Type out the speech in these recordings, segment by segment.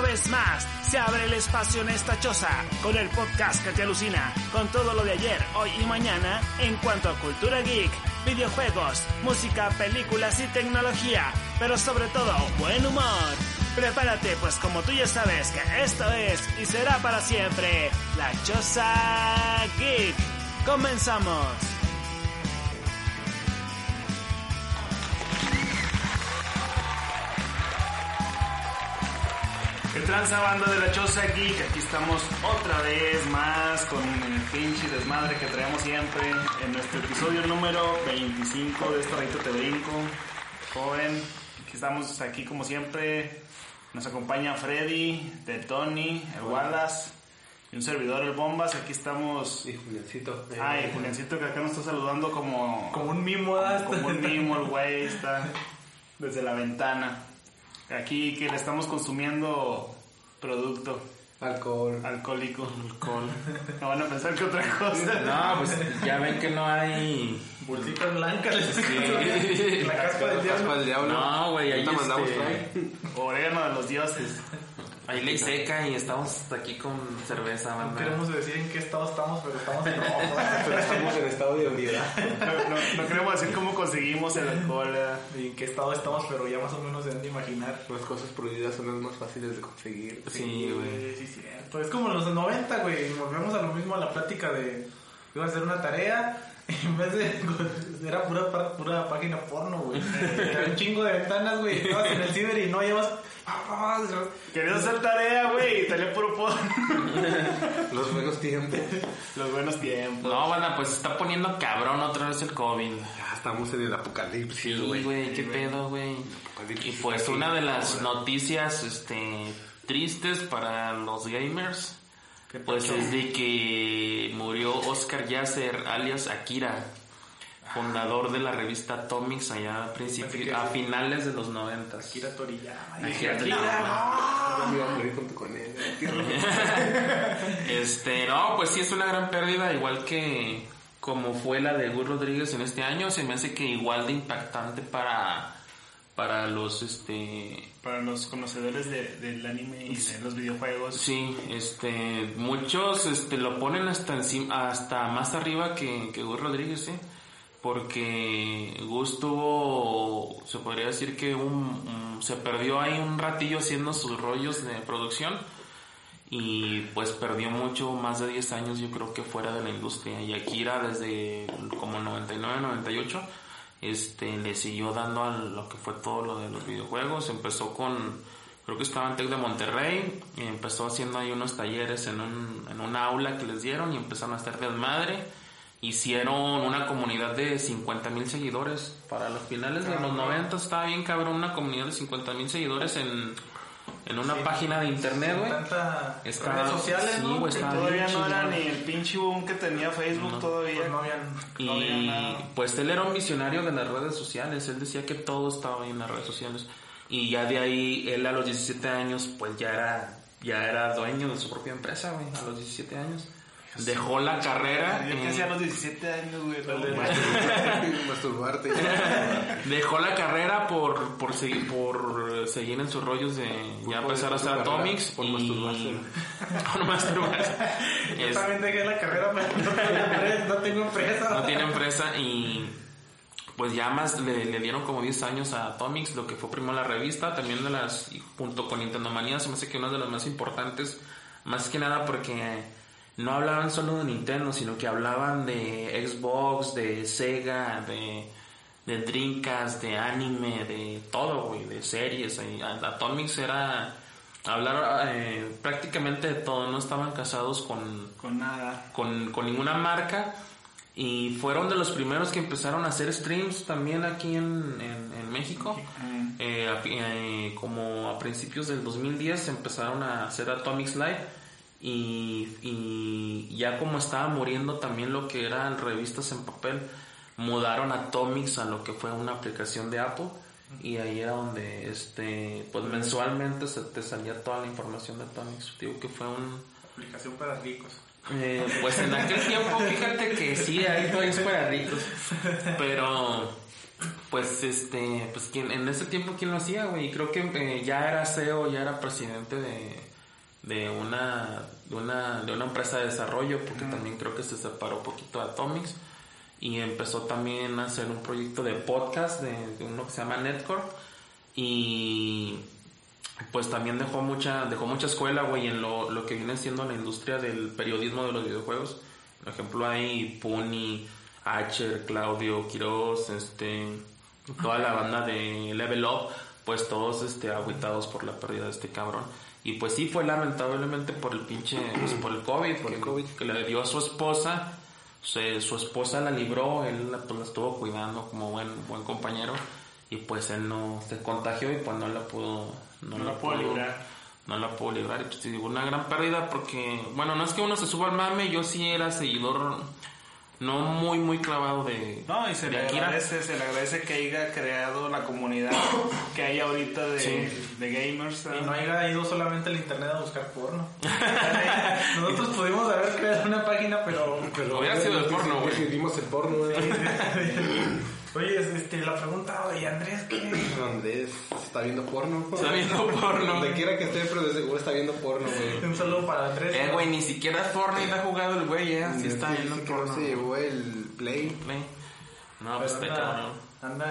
vez más se abre el espacio en esta choza con el podcast que te alucina, con todo lo de ayer, hoy y mañana en cuanto a cultura geek, videojuegos, música, películas y tecnología, pero sobre todo buen humor. Prepárate, pues como tú ya sabes que esto es y será para siempre La Choza Geek. ¡Comenzamos! ¿Qué tranza, banda de La Choza Geek? Aquí estamos otra vez más con el pinche desmadre que traemos siempre en nuestro episodio número 25 de Esto Rayito Te Brinco. Joven, estamos aquí como siempre. Nos acompaña Freddy, de Tony, el Wallace y un servidor, el Bombas. Aquí estamos. Y Juliancito. Ay, Juliancito, que acá nos está saludando como un mimo. Como un mimo, el güey está desde la ventana. Aquí que le estamos consumiendo producto. Alcohólico. No van a pensar que otra cosa. No, pues ya ven que no hay... Bolsitas blancas. Sí. La caspa del diablo. No, güey, ahí mandamos orégano de los dioses. Ahí ley seca y estamos aquí con cerveza, banda. No queremos decir en qué estado estamos, pero estamos en rojo. Pero estamos en estado de ebriedad. No queremos decir cómo conseguimos el alcohol. Y en qué estado estamos, pero ya más o menos se han de imaginar. Las cosas prohibidas son las más fáciles de conseguir. Sí, güey. Sí, cierto. Es como los 90, güey. Volvemos a lo mismo a la plática de... Iba a hacer una tarea... En vez de... Era pura página porno, güey. Era un chingo de ventanas, güey. Estabas en el ciber y no llevas... Querías hacer tarea, güey, y salía puro porno. Los buenos tiempos. No, banda, pues se está poniendo cabrón otra vez el COVID. Ya estamos en el apocalipsis, güey. Sí, güey, qué pedo, güey. Y pues una de las noticias, tristes para los gamers... Pues es de que murió Oscar Yasser, alias Akira, fundador de la revista Atomics allá a finales de los 90. Akira Toriyama. No, pues sí es una gran pérdida, igual que como fue la de Gus Rodríguez en este año. Se me hace que igual de impactante para los conocedores del anime y de los videojuegos. Sí, muchos lo ponen hasta más arriba que Gus Rodríguez, porque Gus tuvo, se podría decir que se perdió ahí un ratillo haciendo sus rollos de producción y pues perdió mucho, más de 10 años yo creo que fuera de la industria. Y Akira desde como 99, 98 le siguió dando a lo que fue todo lo de los videojuegos. Empezó creo que estaba en Tec de Monterrey, y empezó haciendo ahí unos talleres en un aula que les dieron y empezaron a hacer desmadre. Hicieron una comunidad de 50,000 seguidores para los finales de los 90. Estaba bien cabrón, una comunidad de 50,000 seguidores en una página de internet, güey. Redes sociales, sí, ¿no? Güey, todavía no era ni el pinche boom que tenía Facebook, todavía. Pues no había nada. Pues él era un visionario de las redes sociales. Él decía que todo estaba ahí en las redes sociales. Y ya de ahí, él a los 17 años, pues ya era dueño de su propia empresa, güey, a los 17 años. Dejó la carrera. Yo que hacía a los 17 años, güey. Masturbarte. Dejó la carrera por seguir en sus rollos de ya empezar a hacer Atomics. Por masturbarse. Yo también dejé la carrera, pero no tengo empresa. No tiene empresa y pues ya más le dieron como 10 años a Atomics, lo que fue primero la revista, también junto con Nintendo Manía, se me hace que una de las más importantes, más que nada porque no hablaban solo de Nintendo, sino que hablaban de Xbox, de Sega, de Dreamcast, de anime, de todo, güey, de series. Atomics era hablar prácticamente de todo, no estaban casados con nada, con ninguna marca, y fueron de los primeros que empezaron a hacer streams también aquí en México. Como a principios del 2010 empezaron a hacer Atomics Live. Y ya como estaba muriendo también lo que eran revistas en papel, mudaron a Atomics a lo que fue una aplicación de Apple, y ahí era donde pues mensualmente te salía toda la información de Atomics. Digo que fue una aplicación para ricos. Pues en aquel tiempo, fíjate que sí, hay toys para ricos, pero pues pues en ese tiempo quién lo hacía, güey, creo que ya era CEO, ya era presidente de una empresa de desarrollo, porque también creo que se separó un poquito de Atomics y empezó también a hacer un proyecto de podcast de uno que se llama Netcore, y pues también dejó mucha escuela, güey, en lo que viene siendo la industria del periodismo de los videojuegos. Por ejemplo, hay Puni, Acher, Claudio, Quiroz, toda la banda de Level Up, pues todos agüitados por la pérdida de este cabrón. Y pues sí, fue lamentablemente por el pinche, pues por el COVID, que le dio a su esposa. Su esposa la libró, él la estuvo cuidando como buen compañero, y pues él no se contagió y pues no la pudo librar. Y pues te digo, una gran pérdida, porque bueno, no es que uno se suba al mame, yo sí era seguidor no muy clavado de no, y se le agradece que haya creado la comunidad que hay ahorita de gamers, y no haya ido solamente al internet a buscar porno. Nosotros pudimos haber creado una página, pero hubiera sido el porno, güey. Decidimos el porno, güey. Oye, la pregunta, oye, Andrés, ¿qué? Andrés está viendo porno. Está viendo porno. Donde quiera que esté, pero de seguro está viendo porno, güey. Un saludo para Andrés. Güey, ni siquiera Fortnite ha jugado el güey, sí está viendo porno. Se llevó el Play. No, pues está cabrón. Anda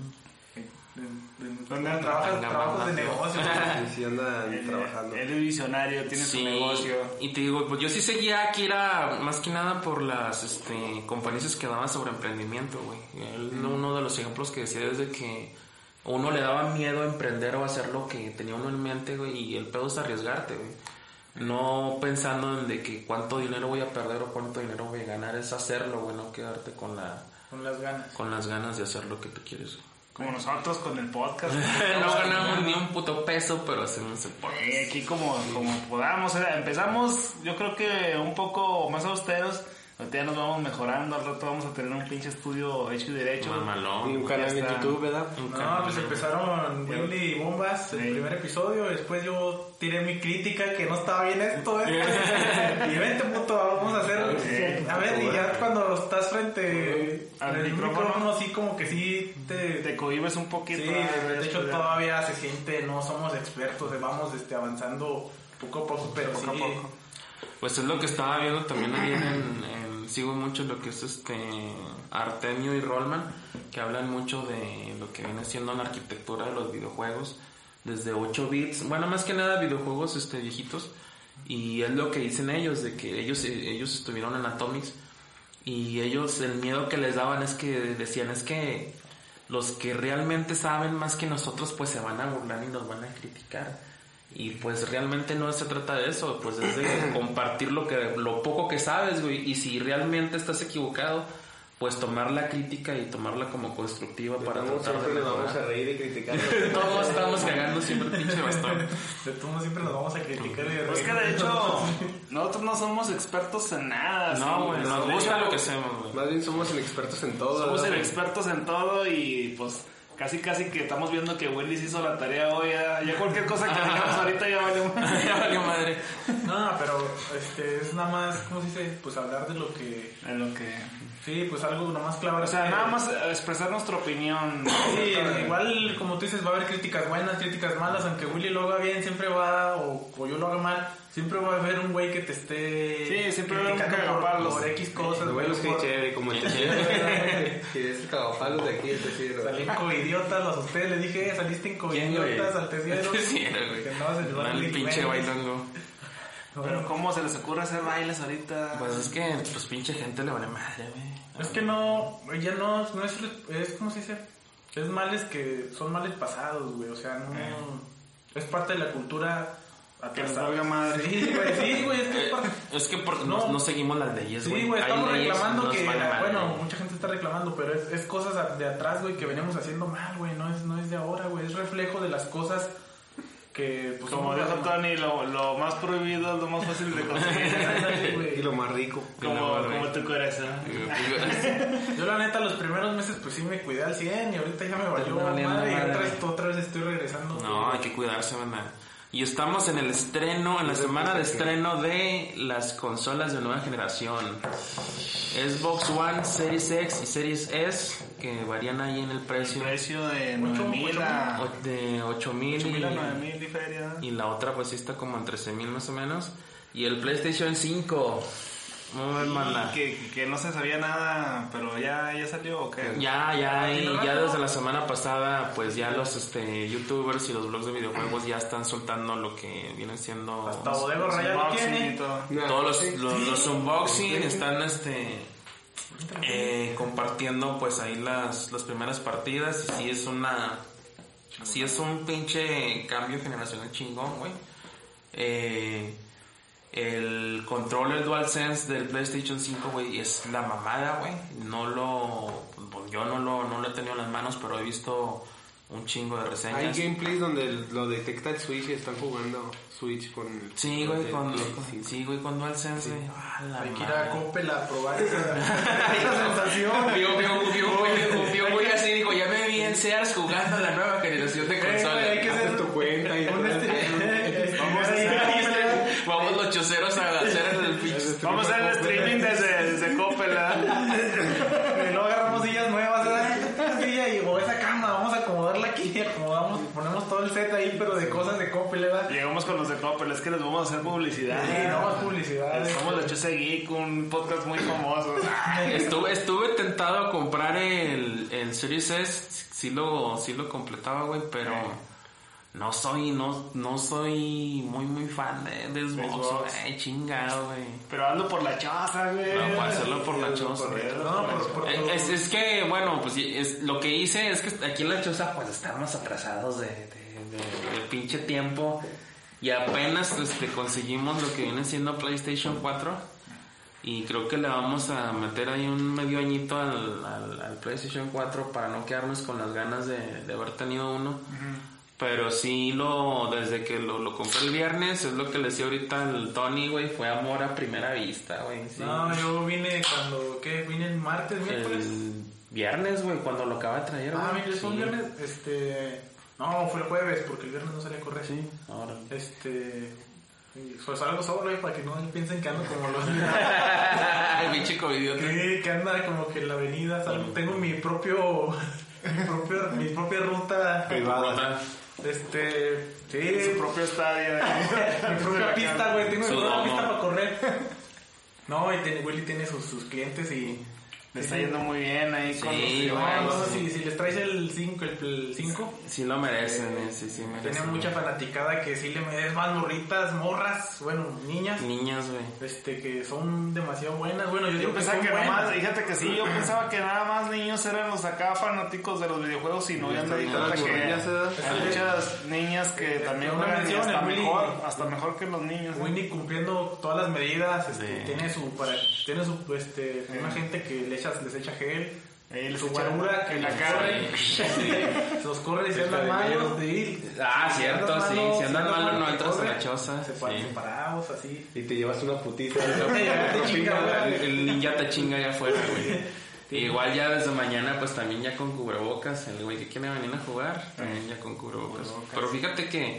trabajos de negocio. Sí, anda trabajando. Él es visionario, tiene su negocio. Y te digo, pues yo sí seguía a Akira más que nada por las conferencias que daba sobre emprendimiento, güey. Uno de los ejemplos que decía es de que uno le daba miedo a emprender o hacer lo que tenía uno en mente, güey, y el pedo es arriesgarte, güey. No pensando en de que cuánto dinero voy a perder o cuánto dinero voy a ganar, es hacerlo, güey, no quedarte con las ganas de hacer lo que tú quieres. Como nosotros con el podcast. No ganamos ni un puto peso, pero hacemos el podcast. Aquí como podamos. Empezamos, yo creo que un poco más austeros. Ahorita ya nos vamos mejorando. Al rato vamos a tener un pinche estudio hecho y derecho. Mamalón. Y un canal en YouTube, ¿verdad? No, pues empezaron Willy y Bombas el primer episodio. Después yo tiré mi crítica que no estaba bien esto, Y vente, puto, vamos a hacer. A ver, y ya cuando estás frente al micrófono, así como que sí te cohibes un poquito. Sí, de hecho todavía se siente, no somos expertos, vamos avanzando poco a poco, pero poco a poco. Pues es lo que estaba viendo también ahí sigo mucho lo que es Artemio y Rollman, que hablan mucho de lo que viene siendo la arquitectura de los videojuegos desde 8 bits, bueno, más que nada videojuegos viejitos, y es lo que dicen ellos, de que ellos estuvieron en Atomics, y ellos el miedo que les daban es que decían, es que los que realmente saben más que nosotros pues se van a burlar y nos van a criticar. Y pues realmente no se trata de eso, pues es de compartir lo poco que sabes, güey. Y si realmente estás equivocado, pues tomar la crítica y tomarla como constructiva para tratar de mejorar. Vamos a reír y criticar. Todos estamos cagando siempre el pinche bastón. De todos siempre nos vamos a criticar y reír. Pues que de hecho, nosotros no somos expertos en nada. No, güey, nos gusta lo que hacemos, güey. Más bien somos expertos en todo. Somos expertos en todo y pues... Casi que estamos viendo que Willy se hizo la tarea hoy. Ya cualquier cosa que digamos ahorita ya valió madre. No, pero es nada más, ¿cómo se dice? Pues hablar de lo que... Sí, pues algo nomás clavar. O sea, nada más expresar nuestra opinión. Sí, igual como tú dices, va a haber críticas buenas, críticas malas. Aunque Willy lo haga bien, siempre va, o yo lo haga mal, siempre va a haber un güey que te esté... Sí, siempre va a haber un cagapalos por X cosas. Güey, los que chévere, como el chévere. Que es cagapalos de aquí, Salí coidiotas, a ustedes les dije, saliste en coidiotas al tercero. Sí, güey. El pinche bailongo. Pero ¿cómo se les ocurre hacer bailes ahorita? Pues es que pues pinche gente le vale madre, güey. Es que no es ¿cómo se dice? Es males que son males pasados, güey, o sea, no es parte de la cultura que nos valga madre. Sí, güey, es que porque no seguimos las leyes, güey. Sí, güey, estamos reclamando que bueno, mucha gente está reclamando, pero es cosas de atrás, güey, que venimos haciendo mal, güey, no es de ahora, güey, es reflejo de las cosas que pues, como dijo Tony, lo más prohibido es lo más fácil de conseguir. Y lo más rico. Como tu corazón. Yo la neta los primeros meses pues sí me cuidé al 100 y ahorita ya me valió madre y otra vez estoy regresando. No, hay que cuidarse, banda. Y estamos en la semana de estreno de las consolas de nueva generación. Xbox One, Series X y Series S, que varían ahí en el precio. El precio de 9,000 a... De 8,000 8,000 a 9,000 y feria. y la otra pues sí está como en 13,000 más o menos. Y el PlayStation 5, muy mala. Que no se sabía nada, pero ya salió o qué. Ya desde la semana pasada, pues ya los youtubers y los blogs de videojuegos ya están soltando lo que viene siendo Hasta Bodega Raya lo Unboxing tiene. y todo. todos los unboxing están compartiendo pues ahí las primeras partidas, y sí es un pinche cambio generacional chingón, güey. El control DualSense del PlayStation 5, güey, es la mamada, güey. Yo no lo he tenido en las manos, pero he visto un chingo de reseñas. Hay gameplays donde lo detecta el Switch y están jugando Switch con... Sí, güey, con DualSense, güey. Hay que ir a Coppel a probar esa sensación. Vio muy así, digo, ya me vi en Sears jugando la nueva generación de consolas. Hay que hacer tu cuenta y Vamos los choceros a hacer el pinche. Vamos a hacer el streaming desde Coppel. Y luego agarramos sillas nuevas, ¿verdad? Silla o esa cama, vamos a acomodarla aquí, acomodamos, ponemos todo el set ahí, pero de cosas de Coppel, ¿verdad? Llegamos con los de Coppel, es que les vamos a hacer publicidad. Sí, no más publicidad. Somos los Chose Geek, un podcast muy famoso. Estuve tentado a comprar el Series S, sí lo completaba, güey, pero no soy muy fan de Xbox, güey, chingado, güey. Pero ando por la choza, güey. No, para hacerlo por la choza. Es que, bueno, pues lo que hice es que aquí en la choza pues estamos atrasados de pinche tiempo, y apenas conseguimos lo que viene siendo PlayStation 4. Y creo que le vamos a meter ahí un medio añito al PlayStation 4 para no quedarnos con las ganas de haber tenido uno. Uh-huh. Pero sí, desde que lo compré el viernes, es lo que le decía ahorita al Tony, güey, fue amor a primera vista, güey. Sí. No, yo vine vine el martes, miércoles. El viernes, güey, cuando lo acaba de traer. Ah, mira, fue un viernes, no, fue el jueves, porque el viernes no salía a correr. Sí, ahora. Pues salgo solo, para que no piensen que ando como los... El pinche covidiota. Sí, que anda como que en la avenida, tengo mi propia ruta privada. Sí, su propio estadio. Mi propia pista, güey, tengo mi propia pista para correr. No, y Willy tiene sus clientes y... Le está yendo muy bien ahí con los... Si les traes el 5, sí lo merecen, sí merecen. Tiene mucha fanaticada que sí le merecen más morritas, morras, bueno, niñas, güey. Que son demasiado buenas. Bueno, yo pensaba que nada más, fíjate que sí, yo pensaba que nada más niños eran los acá fanáticos de los videojuegos, y no, ya me di cuenta que hay muchas niñas que también juegan y hasta mejor que los niños. Winnie cumpliendo todas las medidas, tiene su una gente que les echa gel, su guarura que la corre, los corre y se andan malos. Cierto, sí, si andan malos no entras a la choza. Se paran separados, así. Y te llevas una putiza. El ninja te chinga allá afuera, güey. Igual ya desde mañana, pues también ya con cubrebocas. El güey que quiere venir a jugar, también ya con cubrebocas. Pero fíjate que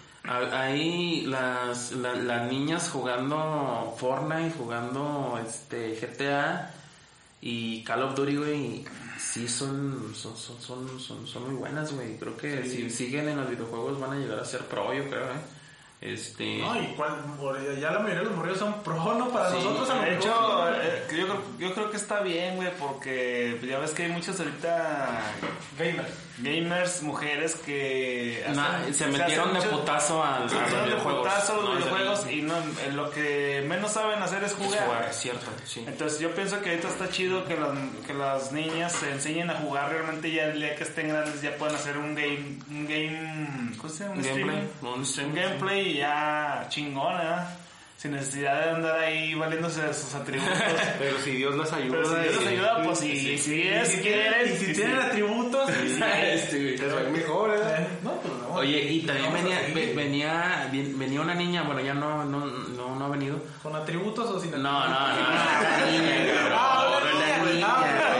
ahí las niñas jugando Fortnite, jugando GTA y Call of Duty, güey, sí son muy buenas, güey. Creo que si siguen en los videojuegos van a llegar a ser pro, yo creo, No, ya la mayoría de los morrillos son pro, ¿no? Para nosotros a lo de hecho, mejor. yo creo que está bien, güey, porque ya ves que hay muchas ahorita gamers, mujeres que se metieron de putazo a los videojuegos y no, lo que menos saben hacer es jugar. Cierto, sí. Entonces yo pienso que ahorita está chido que las niñas se enseñen a jugar realmente, ya el día que estén grandes ya pueden hacer un ¿cómo se llama? Un gameplay ya chingona, sin necesidad de andar ahí valiéndose de sus atributos. Pero si Dios las ayuda. Pues si tienen atributos, pero mejor, ¿eh? No, pues no. Oye, y también venía una niña, bueno, ya no ha venido. ¿Con atributos o sin atributos? No, una niña.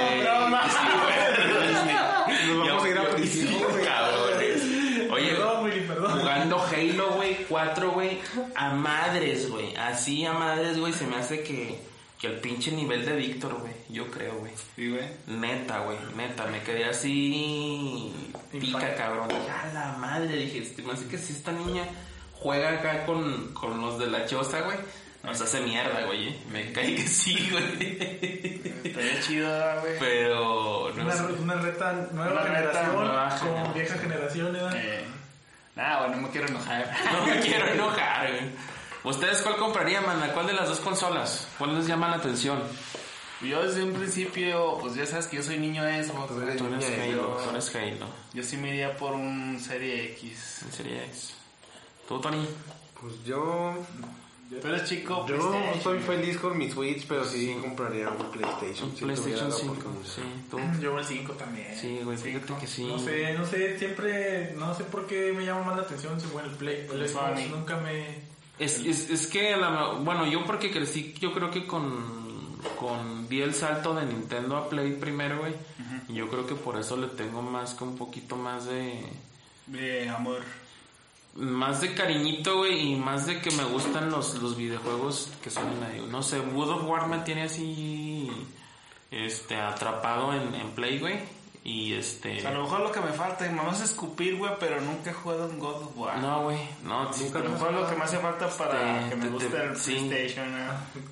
Nos vamos a ir a prisión, cabrones. Oye, perdón. Jugando Halo, güey, 4, güey, a madres, güey. Así a madres, güey, se me hace que que el pinche nivel de Víctor, güey. Yo creo, güey. Sí, güey. Neta, güey. Neta, me quedé así... Pica, cabrón. A la madre, dije, me hace que si esta niña juega acá con los de la choza, güey, nos hace mierda, güey. Me cae que sí, güey. Estaría chido, güey. Pero... No una reta nueva Una reta generación nueva con generación. vieja generación, ¿verdad? Bueno, no me quiero enojar. No me quiero enojar, güey. ¿Ustedes cuál comprarían, man? ¿Cuál de las dos consolas? ¿Cuál les llama la atención? Yo desde un principio, pues ya sabes que yo soy niño Xbox. Tú eres Halo. Tú eres Halo. Yo sí me iría por un Serie X. En Serie X. ¿Tú, Tony? Pues yo Tú eres chico, Yo PlayStation. soy feliz con mi Switch, pero sí compraría un PlayStation. Un si PlayStation tuviera la 5. oportunidad. Sí, tú. Yo el 5 también. Sí, güey, fíjate que sí. No sé, siempre, no sé por qué me llama más la atención si el Play, el Xbox Sony. nunca me... Es que, bueno, yo porque crecí, yo creo que vi el salto de Nintendo a Play primero, güey. Y yo creo que por eso le tengo más, que un poquito más De amor. más de cariñito, güey, y más de que me gustan los videojuegos que son ahí. No sé, God of War me tiene así atrapado en Play, güey. Y O sea, a lo mejor lo que me falta, me vas a escupir, güey, pero nunca he jugado en God of War. No, güey, no, sí, A lo mejor lo que me hace falta para que me guste el sí. PlayStation, ¿no?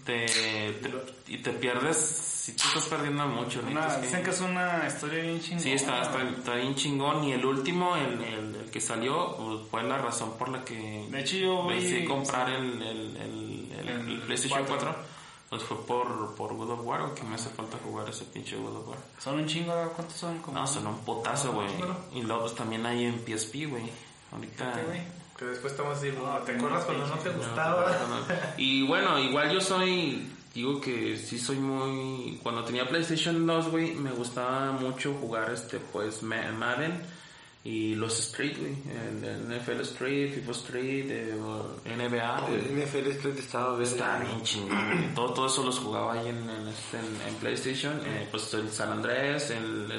y te pierdes, si tú estás perdiendo mucho, ¿no? Dicen que es una historia bien chingona. Sí, está bien chingón. Y el último, el que salió, pues, fue la razón por la que De hecho, yo decidí vi... comprar el PlayStation 4. Pues fue por God of War, o que me hace falta jugar ese pinche God of War. Son un chingo, ¿cuántos son? Como... No, son un potazo, güey. Y luego pues, también hay en PSP, güey. Ahorita... Que después estamos así, No, ¿te tengo acuerdas cuando no te gustaba? Y bueno, igual yo digo que sí soy muy... Cuando tenía PlayStation 2, güey, me gustaba mucho jugar pues Madden y los Street, güey. El NFL Street, FIFA Street, NBA, güey. El NFL Street estaba bien chingón, güey. Todo eso los jugaba ahí en PlayStation. Pues el San Andrés,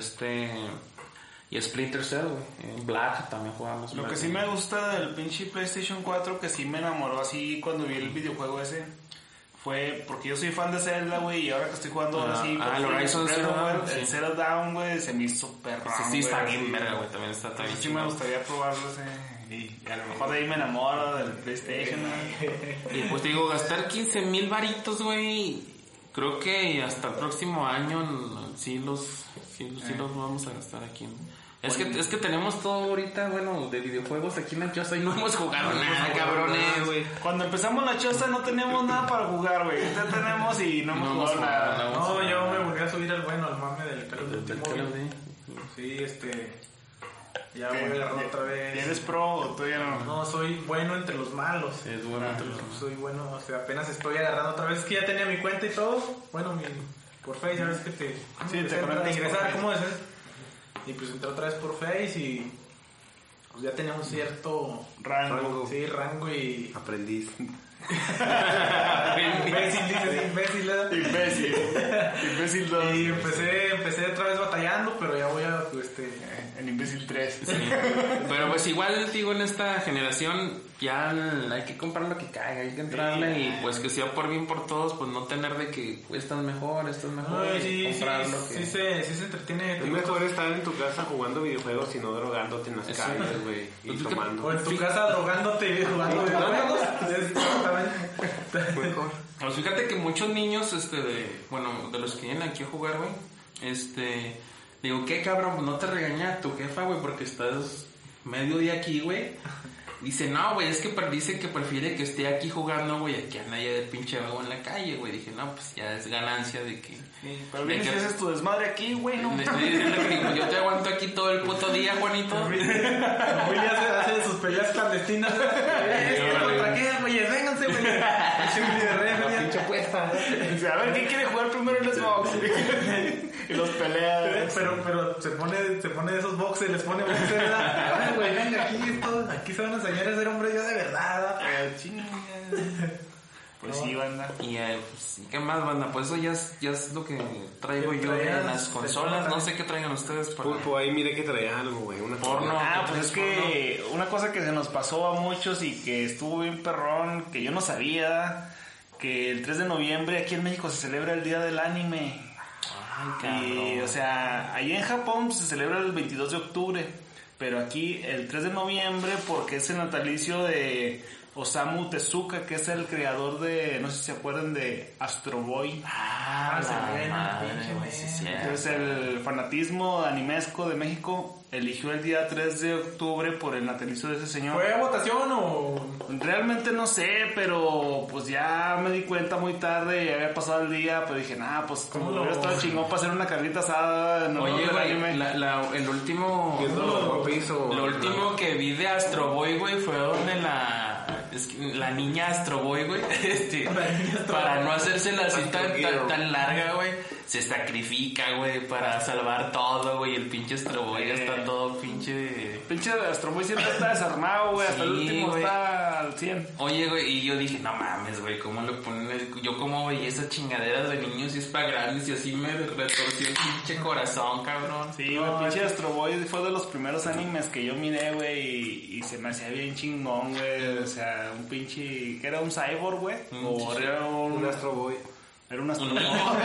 y Splinter Cell, güey. En Black también jugábamos. Lo que sí me gusta del pinche PlayStation 4, que sí me enamoró así cuando vi el videojuego ese, fue porque yo soy fan de Zelda, güey, y ahora que estoy jugando así... el Horizon Zero Dawn, el Zero Dawn, güey, se me hizo perrón, Sí, está güey, bien así. verga, güey. También está bien Sí me chingón. gustaría probarlo ese... Y a lo mejor de ahí me enamoro del PlayStation, güey. Y pues te digo, gastar 15,000 varitos, güey. Creo que hasta el próximo año sí los vamos a gastar aquí. Es que tenemos todo ahorita, bueno, de videojuegos aquí en la choza y no hemos jugado nada, cabrones, güey. Cuando empezamos la choza no teníamos nada para jugar, güey. Ya tenemos y no hemos jugado nada. No, yo me volví a subir al mame del Call of Duty Mobile. Sí. Sí, ya voy a agarrar otra vez. ¿Eres pro o todavía no? No, soy bueno entre los malos. Es bueno entre los Soy bueno, o sea, apenas estoy agarrando otra vez. Es que ya tenía mi cuenta y todo. Bueno, por Face, ya ves que te conectas ingresar, por ¿cómo es? Y pues entré otra vez por Face y pues ya tenía un cierto Rango. Sí, rango y... Aprendiz. Imbécil, dices imbécil, ¿verdad? Imbécil 2. Y empecé otra vez batallando, pero ya voy a, El imbécil 3. Pero pues igual, digo, en esta generación ya hay que comprar lo que caiga, hay que entrarle y pues que sea por bien por todos, pues no tener de que estás mejor, sí, comprar lo que... sí se entretiene. Es mejor estar en tu casa jugando videojuegos y no drogándote en las Sí. calles, güey. Y Pues, tomando. O en tu casa drogándote y jugando videojuegos. Mejor. Pues fíjate que muchos niños, de los que vienen aquí a jugar, güey, digo, ¿qué cabrón? Pues no te regaña tu jefa, güey, porque estás medio día aquí, güey. Dice, no, güey, es que dice que prefiere que esté aquí jugando, güey, a que ande allá de pinche vago en la calle, güey. Dije, no, pues ya es ganancia de que... Pero vienes y haces tu desmadre aquí, güey, ¿no? Le estoy diciendo que digo, yo te aguanto aquí todo el puto día, Juanito. Willy hace sus peleas clandestinas. ¿Contra qué, güey? Vénganse, güey. La pinche apuesta. Dice, a ver, ¿quién quiere jugar primero el Xbox? Y los pelea. Pero se pone de esos boxes, les pone boxes, ¿verdad? Ay, güey, venga, aquí se van a enseñar a ser hombre yo de verdad, Pues sí, banda. Y pues, ¿qué más, banda? Pues eso ya es lo que traigo ¿Qué yo traías? en las consolas. No sé qué traigan ustedes para... Pulpo, ahí mire que traía algo, güey. Una Porno. Pues es que una cosa que se nos pasó a muchos y que estuvo bien perrón, que yo no sabía, que el 3 de noviembre aquí en México se celebra el Día del Anime. Ay, cabrón. Y, o sea, allá en Japón se celebra el 22 de octubre, pero aquí el 3 de noviembre porque es el natalicio de Osamu Tezuka, que es el creador de, no sé si se acuerdan de Astro Boy. Entonces el fanatismo animesco de México eligió el día 3 de octubre por el natalicio de ese señor. ¿Fue a votación o...? Realmente no sé, pero pues ya me di cuenta muy tarde y había pasado el día, pero dije, nah, pues como hubiera estado chingón para hacer una carnita asada. No. Oye, güey, el último... Lo último que vi de Astro Boy, güey, fue donde la niña Astro Boy, güey, para no hacérsela así tan larga, güey, se sacrifica, güey, para salvar todo, güey. El pinche Astro Boy ya está todo pinche Astro Boy siempre está desarmado, güey, hasta el último, güey, está al 100. Oye, güey, y yo dije, no mames, güey, ¿cómo le ponen? Yo como veía esas chingaderas de niños y es para grandes y así me retorció el pinche corazón, cabrón. Sí, güey, pinche Astro Boy fue de los primeros animes que yo miré, güey, y se me hacía bien chingón, güey. O sea, un pinche... ¿Qué era? ¿Un cyborg, güey? ¿O era un Astro Boy? Era un Astro Boy.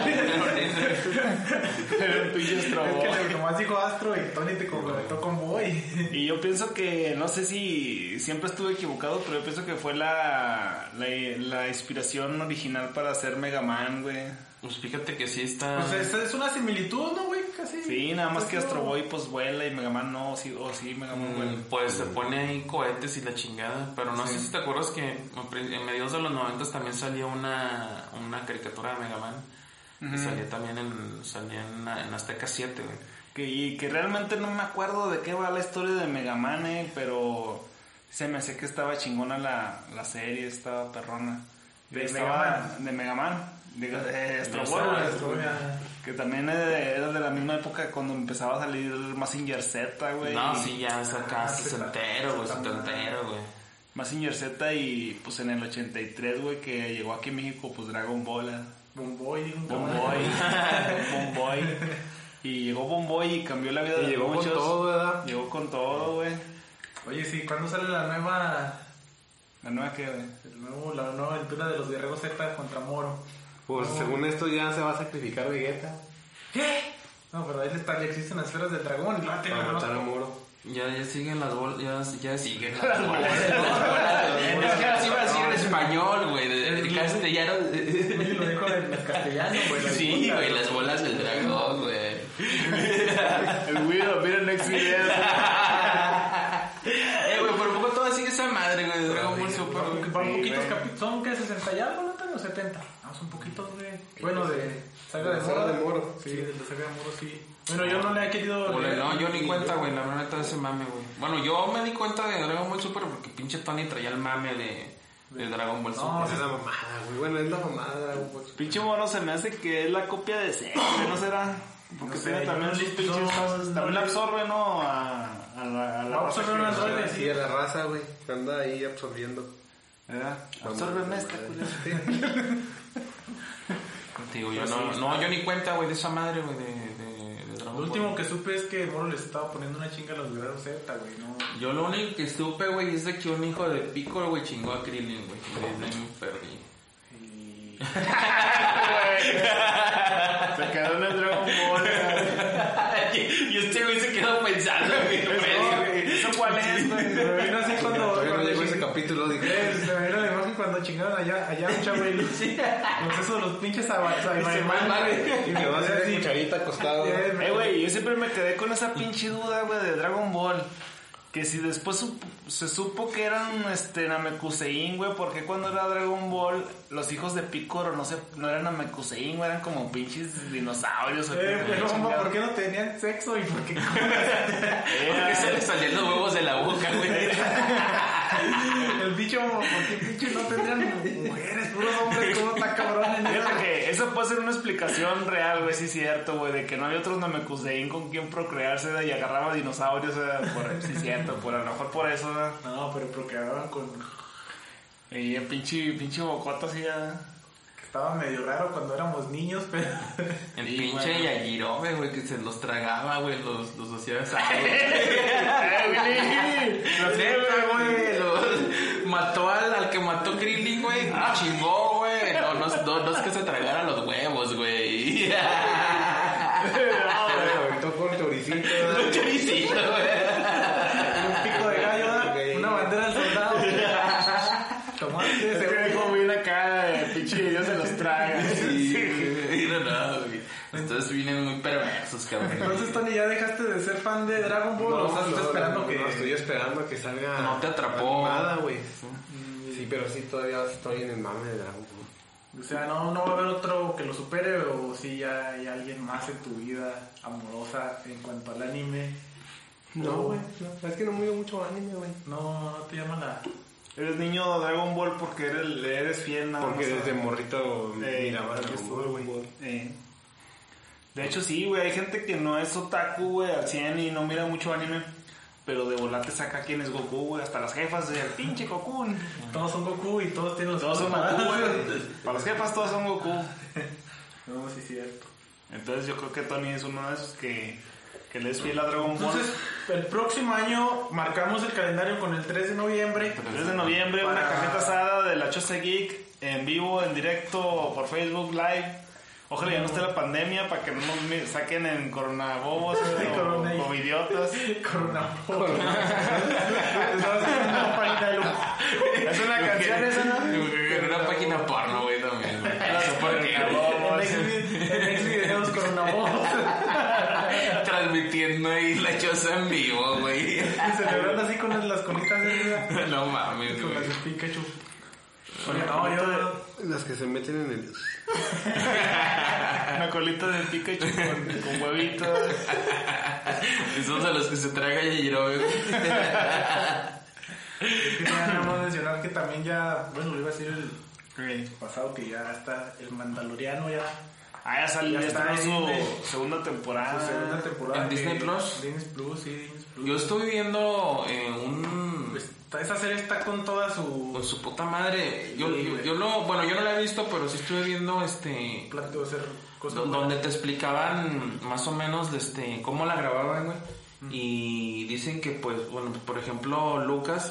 Era un pinche Astro Boy. Es que nomás dijo Astro y Tony te conectó con Boy. Y yo pienso que, no sé si siempre estuve equivocado, pero yo pienso que fue la inspiración original para hacer Mega Man, güey. Pues fíjate que sí está... Pues es una similitud, ¿no, güey? Casi. Sí, nada más que Astro Boy pues vuela y Mega Man no, sí, Mega Man vuela. Pues se pone ahí cohetes y la chingada, pero no sé si te acuerdas que en mediados de los 90 también salió una caricatura de Mega Man. Que salía también en Azteca 7, güey. Y que realmente no me acuerdo de qué va la historia de Mega Man, pero se me hace que estaba chingona la serie, estaba perrona. De Mega Man. De Astro Boy, que también era de la misma época cuando empezaba a salir Mazinger Z, güey. No, sí, ya es acá setentero, güey. Mazinger Z y pues en el 83, güey, que llegó aquí en México, pues Dragon Ball. Bomboy. Y llegó Bomboy y cambió la vida de llegó muchos. Con todo, ¿verdad? Llegó con todo, güey. Oye, sí, ¿cuándo sale la nueva... ¿La nueva qué, güey? La nueva aventura de los guerreros Z contra Moro? Pues según esto ya se va a sacrificar Vegeta. ¿Qué? No, pero ahí ya existen las esferas del dragón. Para matar a Moro. Ya siguen las bolas, ya siguen las bolas. Es que así va a decir en español, güey, en castellano. Lo dijo en castellano, güey. Sí, güey, las bolas del dragón, güey. El Guido, mira el next video. Güey, por poco todo sigue esa madre, güey, de Dragon Ball Super. Van poquitos capítulos, ¿son qué? ¿60 y algo, no? ¿O 70? No, son poquitos, güey. Bueno, de Saga de Moro. Sí, de la Saga de Moro, sí. Bueno, yo no le he querido... No, yo ni cuenta, güey, la verdad de ese mame, güey. Bueno, yo me di cuenta de Dragon Ball Super porque pinche Tony traía el mame de Dragon Ball Super. No, es la mamada, güey. Bueno, es la mamada. Pinche Moro se me hace que es la copia de Cell, ¿no será? Porque no tiene también los pinches... También la absorbe, ¿no? A la raza. Sí, a la raza, güey. Que anda ahí absorbiendo. ¿Verdad? Absórbeme esta, güey. Digo, yo ni cuenta, güey, de esa madre, güey, de Dragon Ball. Lo último que supe es que Moro les estaba poniendo una chinga a los guerreros Z, güey, ¿no? Yo lo único que supe, güey, es de que un hijo de Piccolo, güey, chingó a Krillin, güey. Krillin perdí. Se quedó en el Dragon Ball. Y este güey se quedó pensando, güey. ¿Eso cuál es, güey? Se me vino así cuando llegó ese capítulo, dije. Se me vino la imagen cuando chingaron allá un chavo y los pinches Y quedó así de cucharita acostado. Güey, yo siempre me quedé con esa pinche duda, güey, de Dragon Ball. Que si después se supo que eran Namekusein, güey, porque cuando era Dragon Ball los hijos de Piccolo no eran Namekusein, güey, eran como pinches dinosaurios. ¿Por qué no tenían sexo y por qué? Porque se les salían los huevos de la boca, güey. El bicho, ¿por qué pinche no tendrían mujeres? Puros hombres, ¿cómo está cabrón? Fíjate que eso puede ser una explicación real, güey, sí es cierto, güey, de que no había otros Namekusein con quien procrearse, y agarraba dinosaurios, sí es cierto, a lo mejor por eso, ¿no? No, pero procreaban con... Y el pinche bocoto así ya... Estaba medio raro cuando éramos niños, pero... El pinche Yajirobe, güey, que se los tragaba, güey, los hacía asado. Mató al que mató Krillin, güey, chingó, güey. no es que se tragara los huevos, güey. Aventó con choricito. Un choricito, güey. Un pico de gallo, una bandera del soldado. Tomate, Es que como vi la cara de pinche Dios se los traga. Sí, güey. No, güey. Entonces vienen muy perversos, cabrón. Entonces, Tony, ¿ya dejaste de ser fan de Dragon Ball o estás esperando que...? No, estoy esperando que salga... No te atrapó. Nada, güey. Sí, pero sí, todavía estoy en el mame de Dragon Ball. O sea, no va a haber otro que lo supere, o si ya hay alguien más en tu vida amorosa en cuanto al anime. No, güey. No, es que no miro mucho anime, güey. No te llama la... Eres niño de Dragon Ball porque eres fiel nada Porque más. desde morrito miraba porque Dragon Ball, güey. De hecho, sí, güey. Hay gente que no es otaku, güey, al 100 y no mira mucho anime. Pero de volate saca quién es Goku, güey. Hasta las jefas del pinche Goku. Todos son Goku y todos tienen los... Todos son Goku, güey. Para las jefas todos son Goku. No, sí, cierto. Entonces yo creo que Tony es uno de esos que le es fiel a Dragon Ball. Entonces, el próximo año marcamos el calendario con el 3 de noviembre. 3 de noviembre, una carnita asada de la Choza Geek en vivo, en directo por Facebook Live. Ojalá ya no esté la pandemia para que no nos saquen en coronabobos o covidiotas. Coronabobos. Es una canción esa, ¿no? Una página porno, güey, también, güey. En videos coronabobos. Transmitiendo ahí la Choza en vivo, güey. Celebrando así con las colitas de... No mames, Con güey. las de Pikachu. Oye, no, yo... Las que se meten en el... Una colita de Pikachu con huevitos. Esos a los que se traga Yajirobe, güey. Es que ya nada más mencionar que también ya... Bueno, lo iba a decir el pasado que ya está el Mandaloriano ya... Ah, ya salió, Ya ya está está su en segunda temporada. Su segunda temporada. ¿En Disney Plus? Disney Plus, sí, Disney Plus. Yo estoy viendo Pues, esa serie está con toda con su... su puta madre. Yo no la he visto, pero sí estuve viendo Plato de hacer cosas... donde te explicaban más o menos cómo la grababan, güey. Y dicen que, pues, bueno, por ejemplo, Lucas,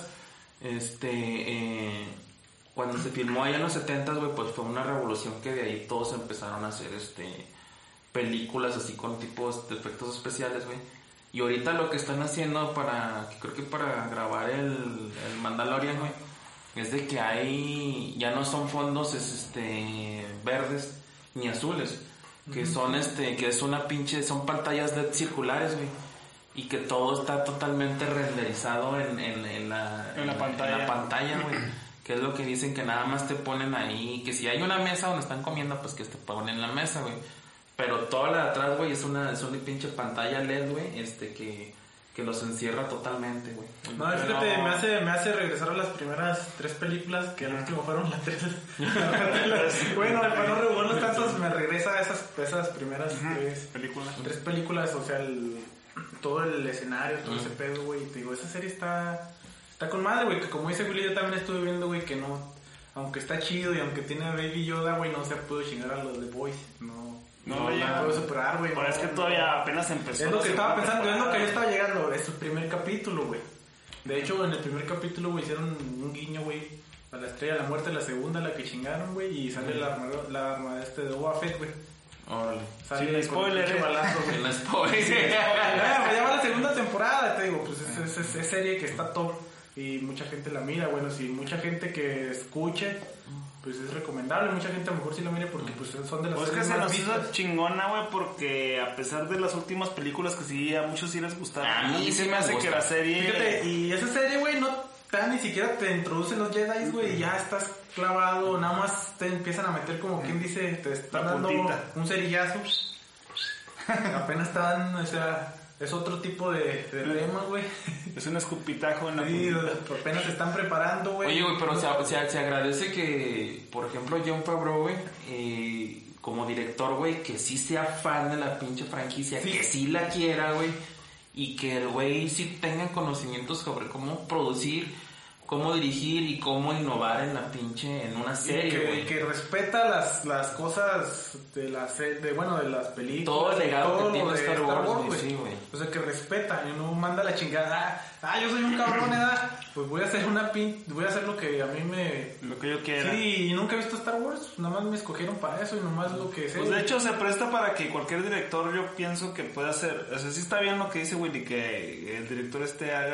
cuando se filmó allá en los 70s, güey, pues fue una revolución que de ahí todos empezaron a hacer películas así con tipos de efectos especiales, güey. Y ahorita lo que están haciendo creo que para grabar el Mandalorian, güey, es de que ya no son fondos verdes ni azules, que son que es una son pantallas LED circulares, güey, y que todo está totalmente renderizado en la pantalla, güey. Que es lo que dicen, que nada más te ponen ahí, que si hay una mesa donde están comiendo, pues que te ponen en la mesa, güey. Pero toda la de atrás, güey, es una pinche pantalla LED, güey, que los encierra totalmente, güey. No, fíjate, me hace regresar a las primeras 3 películas, que al último fueron las 3. Bueno, para no revolvernos tantos, me regresa a esas primeras 3 películas, o sea, todo el escenario, todo ese pedo, güey. Te digo, esa serie está con madre, güey, que como dice Willy, yo también estuve viendo, güey, que no, aunque está chido y aunque tiene a Baby Yoda, güey, no se pudo chingar a los The Boys, no la puedo superar, güey. Pero es que todavía apenas empezó. Es lo que estaba pensando, es lo que yo estaba llegando, es su primer capítulo, güey. De hecho, en el primer capítulo, güey, hicieron un guiño, güey, a la Estrella de la Muerte, la segunda, la que chingaron, güey, y sale la arma de Boba Fett, güey. Órale. Sale sin spoiler, balazo, güey. En spoiler. Ya va la segunda temporada, te digo, pues es serie que está top y mucha gente la mira, bueno, si mucha gente que escuche, pues es recomendable, mucha gente a lo mejor sí la mire porque pues son de las Pues es que series se más nos hizo vistas. chingona, güey, porque a pesar de las últimas películas que sí, a muchos sí les gustaron. A mí se sí me hace gusta. que la serie... Fíjate, y esa serie, güey, no ni siquiera te introducen los Jedi, güey, y ya estás clavado, nada más te empiezan a meter como quien dice, te están La dando puntita. un cerillazo. Apenas están, o sea, es otro tipo de tema, güey. Es un escupitajo en la Sí, puntita. apenas se están preparando, güey. Oye, güey, pero se agradece que, por ejemplo, Jon Favreau, güey, como director, güey, que sí sea fan de la pinche franquicia, Sí. que sí la quiera, güey, y que el güey sí tenga conocimientos sobre cómo producir cómo dirigir y cómo innovar en la pinche, en una serie, güey. Que respeta las cosas de las películas. Todo el legado que tiene de Star Wars, güey. Sí, güey. O sea, que respeta y no manda la chingada. Yo soy un cabrón, pues voy a hacer voy a hacer lo que a mí lo que yo quiera. Sí, y nunca he visto Star Wars, nada más me escogieron para eso y nomás lo que sé. Pues de hecho se presta para que cualquier director, yo pienso que pueda hacer, o sea, sí está bien lo que dice Willy, que el director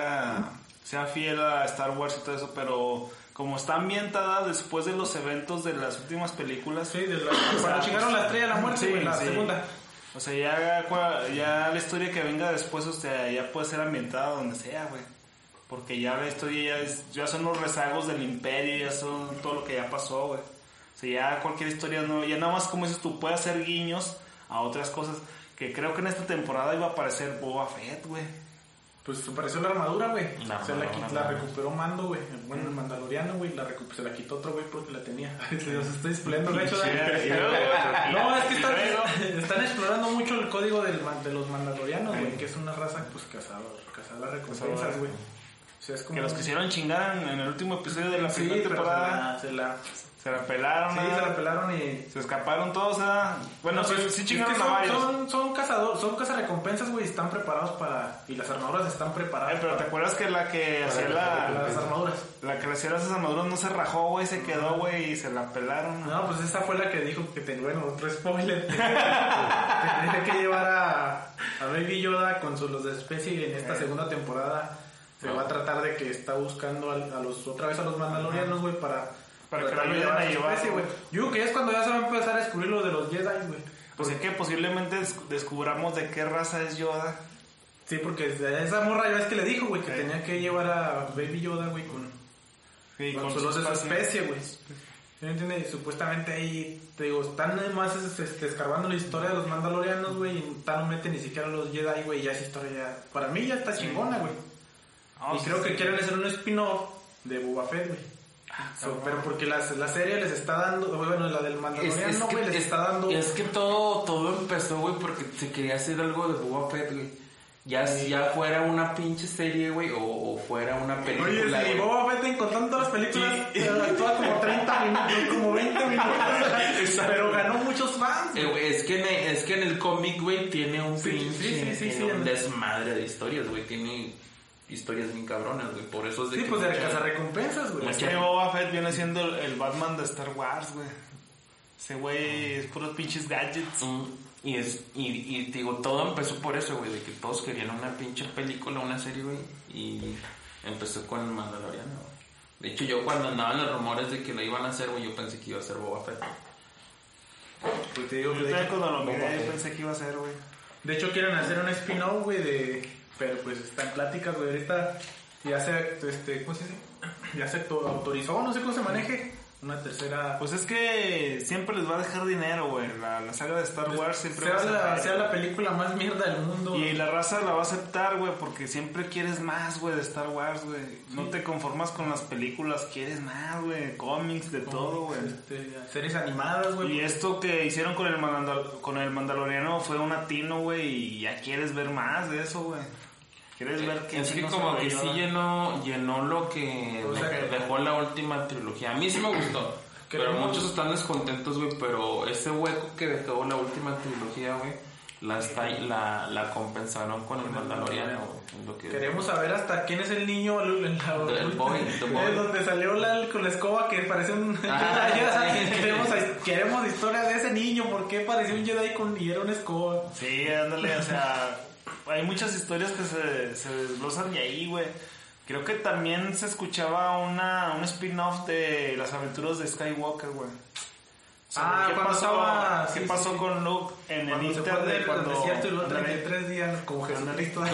sea fiel a Star Wars y todo eso, pero como está ambientada después de los eventos de las últimas películas. Sí, cuando llegaron la Estrella de la Muerte, güey, la segunda. O sea, ya la historia que venga después, o sea, ya puede ser ambientada donde sea, güey. Porque ya la historia ya son los rezagos del imperio, ya son todo lo que ya pasó, güey. O sea, ya cualquier historia, ya nada más como dices tú, puede hacer guiños a otras cosas. Que creo que en esta temporada iba a aparecer Boba Fett, güey. Pues apareció la armadura, güey. La recuperó Mando, güey. Bueno, el Mandaloriano, güey. Se la quitó otro güey porque la tenía. Los estoy explorando, de hecho. No, es que están explorando mucho el código de los Mandalorianos, güey. Que es una raza, pues, cazadora recompensas, güey. O sea, es como... Que los quisieron chingar en el último episodio de la primera temporada. Se la pelaron. Sí, se la pelaron y... Se escaparon todos, Bueno, no, sí chingaron a varios. Son cazarrecompensas, güey, están preparados para... Y las armaduras están preparadas pero ¿te acuerdas que la que hacía las armaduras? La que le hacía las armaduras no se rajó, güey, se quedó, güey, y se la pelaron. No, pues esa fue la que dijo que otro spoiler. Tenía que llevar a Baby Yoda con los de especie en esta segunda temporada. Se va a tratar de que está buscando otra vez a los Mandalorianos, güey, para que lo ayuden a llevar, güey. Yo creo que es cuando ya se va a empezar a descubrir lo de los Jedi, güey. Pues es que posiblemente descubramos de qué raza es Yoda. Sí, porque esa morra ya es que le dijo, güey, que tenía que llevar a Baby Yoda, güey, con los de su especie, güey. ¿Sí me entiendes? Supuestamente ahí, te digo, están más escarbando la historia de los Mandalorianos, güey, y no meten ni siquiera a los Jedi, güey, ya esa historia ya, para mí ya está chingona, güey. Y creo que quieren hacer un spin-off de Boba Fett, güey. Pero porque la serie les está dando, bueno, la del Mandaloriano, güey, les está dando... Es que todo empezó, güey, porque se quería hacer algo de Boba Fett, güey. Ya fuera una pinche serie, güey, o fuera una película. Oye, si Boba Fett encontró todas las películas, actúa como 30 minutos, como 20 minutos, pero ganó muchos fans. Es que en el cómic, güey, tiene un pinche un desmadre de historias, güey, tiene... historias bien cabronas, güey, por eso es de sí, pues de cazarrecompensas, güey. Es que Boba Fett viene siendo el Batman de Star Wars, güey. Ese güey es puros pinches gadgets. Y te digo, todo empezó por eso, güey, de que todos querían una pinche película, una serie, güey, y empezó con el Mandaloriano, güey. De hecho, yo cuando andaban los rumores de que lo iban a hacer, güey, yo pensé que iba a ser Boba Fett. Pues te digo, yo cuando lo miré, yo pensé que iba a ser, güey. De hecho, quieren hacer un spin-off, güey, pero pues está en pláticas, güey, ahorita ya se, ¿cómo se dice? Ya se autorizó, no sé cómo se maneje, una tercera... Pues es que siempre les va a dejar dinero, güey, la saga de Star Wars siempre sea la película más mierda del mundo. Y la raza la va a aceptar, güey, porque siempre quieres más, güey, de Star Wars, güey. Sí. No te conformas con las películas, quieres más, güey, cómics, de todo, güey. Series animadas, güey. Y esto que hicieron con el Mandaloriano fue un atino, güey, y ya quieres ver más de eso, güey. ¿Quieres ver que es que como que sí llenó lo que dejó la última trilogía? A mí sí me gustó, pero muchos están descontentos, güey, pero ese hueco que dejó la última trilogía, güey, la compensaron con el Mandaloriano, güey. Queremos saber hasta quién es el niño, el boy. Donde salió con la escoba que parece un Jedi. Queremos historia de ese niño, ¿por qué parecía un Jedi y era una escoba? Sí, ándale, o sea... Hay muchas historias que se desglosan de ahí, güey. Creo que también se escuchaba un spin-off de las aventuras de Skywalker, güey. O sea, ¿qué pasó con Luke en el internet cuando desierto y los 33 días como Jesucristo?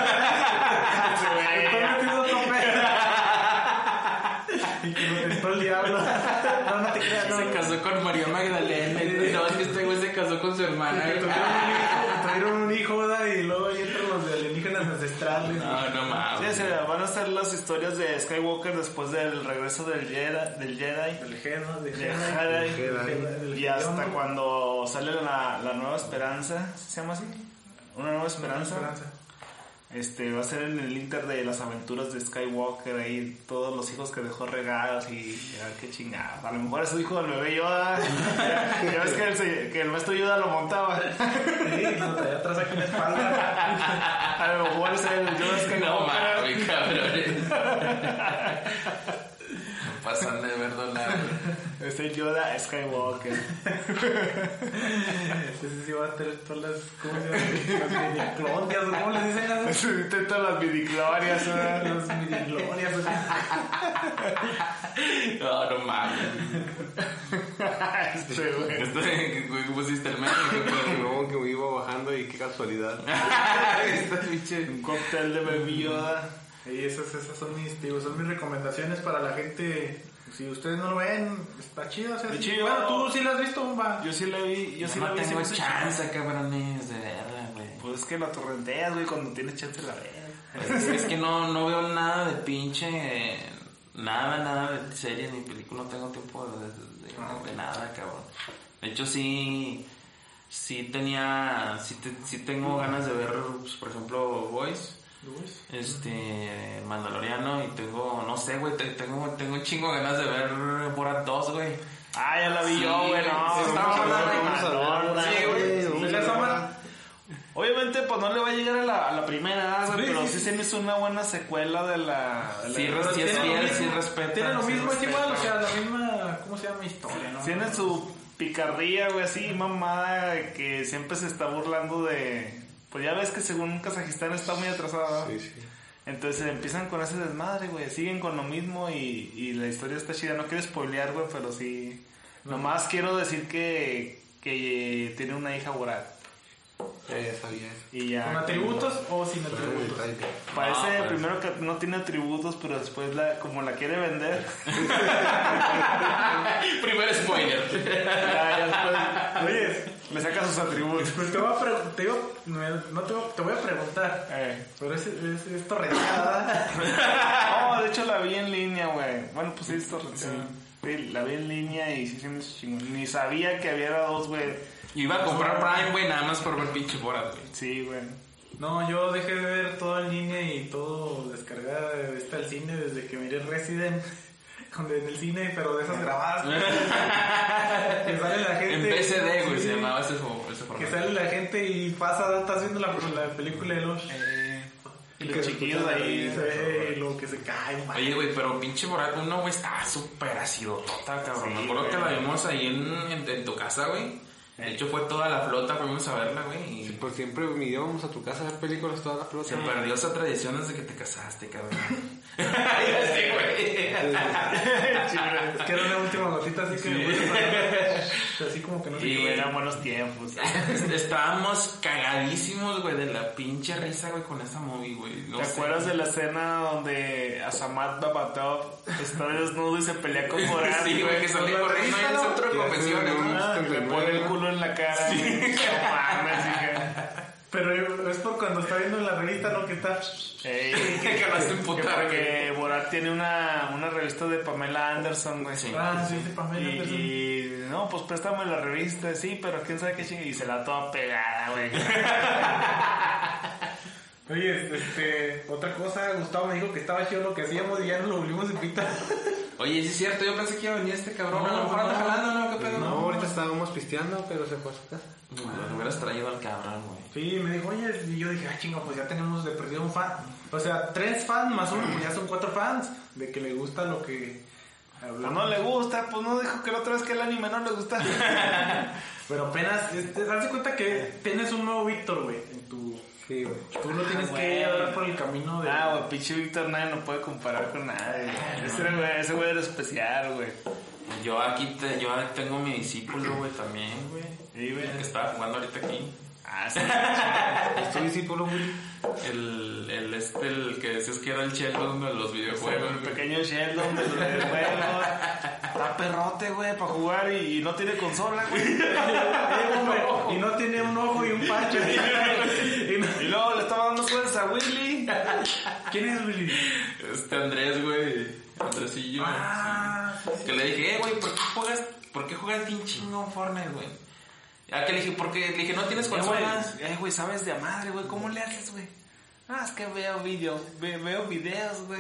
Y que lo tentó el diablo. No te creas. Se casó con María Magdalena. No, es que este güey se casó con su hermana. Tuvieron un hijo, ¿verdad? Y luego ahí entran los de alienígenas ancestrales. No mames. Sí, van a ser las historias de Skywalker después del regreso del Jedi. Y hasta cuando sale la Nueva Esperanza. ¿Se llama así? Una Nueva Esperanza. va a ser en el Inter de las aventuras de Skywalker, ahí todos los hijos que dejó regados y a ver qué chingada. A lo mejor es su hijo del bebé Yoda. Ya ves que el maestro Yoda lo montaba. Sí, lo traía atrás aquí en la espalda. A lo mejor es el Yoda Skywalker. No mames, cabrones. Pasan de verdad. Es el Yoda Skywalker. Ese sí va a tener todas las... ¿Cómo se llama? Las midiclorias, ¿cómo les dicen a eso? Intenta las midiclorias, Las midiclorias. No mames. Güey. ¿Qué pusiste el medio? No, que me iba bajando y qué casualidad. Un cóctel de Baby Yoda. Y esas son mis recomendaciones para la gente. Si ustedes no lo ven, está chido. O sea, chido. Bueno, tú sí la has visto, Bomba. Yo sí la vi. Yo sí no la vi. tengo chance, cabrones, de verla, güey. Pues es que la torrenteas, güey, cuando tienes chance la ves. Pues es que no veo nada de pinche... Nada de series ni películas. No tengo tiempo de nada, cabrón. De hecho, sí tengo ganas de ver, pues, por ejemplo, Boys. Mandaloriano, y tengo, no sé, güey, tengo un chingo de ganas de ver Borat 2, güey. Ah, ya la vi yo, güey, no. Sí, güey. Obviamente, pues no le va a llegar a la primera, güey, pero sí se me hizo una buena secuela de la... Sí, es fiel, sí respeta. Tiene lo mismo, es igual, o sea, la misma, ¿cómo se llama? Historia, ¿no? Tiene su picardía, güey, así, mamada, que siempre se está burlando de... Pues ya ves que según Kazajistán está muy atrasado. Sí, sí. Entonces empiezan con ese desmadre, güey. Siguen con lo mismo y la historia está chida. No quiero spoilear, güey, pero sí. Nomás quiero decir que tiene una hija Borat. Ya sabía eso. Y ya, ¿Con atributos o sin atributos? parece primero que no tiene atributos, pero después como la quiere vender. Primer spoiler. ya después, oye, le saca sus atributos. Pues te voy a preguntar. Pero es torrenteada. No, de hecho la vi en línea, güey. Bueno, pues sí, es torrenteada. Sí, la vi en línea y sí se me hizo chingón. Ni sabía que había dos, güey. Yo iba a comprar Prime, güey, nada más por ver pinche Borat, güey. Sí, güey. No, yo dejé de ver todo en línea y todo descargada está el cine desde que miré Resident en el cine, pero de esas grabadas. Que sale la gente. En BCD, güey, sí, se llamaba ese formato. Que sale la gente y pasa, estás viendo la película de los... Y los chiquillos ahí. Lo que se cae, man. Oye, güey, pero pinche Borat 1, güey, estaba súper acidotota, cabrón. Sí, Me acuerdo güey. que la vimos ahí en tu casa, güey. De hecho, fue toda la flota, fuimos a verla, güey. Y Sí, pues siempre íbamos a tu casa a ver películas toda la flota. se perdió esa tradición desde que te casaste, cabrón. Sí, güey. Es que era una última gotita así que me puse a parar. Así como que no sé Y qué. Eran buenos tiempos. Estábamos cagadísimos, güey, de la pinche risa, güey, con esa movie, güey. No ¿Te sé. acuerdas de la escena donde Azamat Babatov está desnudo y se pelea con Borat? Sí, güey, que salí corriendo en el centro de confesiones, ¿no? Le pone el culo en la cara. Sí. No mames, hija. Pero es por cuando está viendo en la revista, ¿no? Que está... Ey, Que lo hacen putar, porque Borat tiene una revista de Pamela Anderson, güey. Sí. Ah, sí, de Pamela Anderson. Y no, pues préstame la revista, sí, pero quién sabe qué chingue. Y se la toda pegada, güey. Oye, otra cosa, Gustavo me dijo que estaba chido lo que hacíamos y ya no lo volvimos a invitar. Oye, sí es cierto, yo pensé que iba a venir este cabrón. No, a lo mejor anda no. jalando, ¿no? ¿Qué pedo? No, ahorita estábamos pisteando, pero se fue a su casa. Lo hubieras traído al cabrón, güey. Sí, me dijo, oye, y yo dije, chingo, pues ya tenemos de perdido un fan. O sea, 3 fans más uno, pues ya son 4 fans. De que le gusta lo que Pues hablamos. no le gusta, pues no dijo que la otra vez que el anime no le gusta. Pero apenas, te das cuenta que tienes un nuevo Víctor, güey, en tu... Sí, güey. Tú lo tienes güey. que llevar por el camino de... Ah, güey, pinche Víctor nadie lo puede comparar con nadie. Ese güey era especial, güey. Yo tengo mi discípulo, güey, también, güey. Sí, güey. El que estaba jugando ahorita aquí. Ah, sí. ¿Es tu discípulo, Willy? El que decías que era el Sheldon de los videojuegos. El güey. pequeño Sheldon del juego. Está perrote, güey, para jugar y no tiene consola, güey. Y no tiene un ojo y un pancho. Y luego le estaba dando sueltas a Willy. ¿Quién es Willy? Andrés, güey. Andresillo. Ah, sí. Que le dije, güey, ¿por qué juegas bien chingón Fortnite, güey? Ah, que le dije, porque le dije, no tienes consolas. Güey, ¿sabes de a madre, güey? ¿Cómo le haces, güey? Es que veo videos, güey.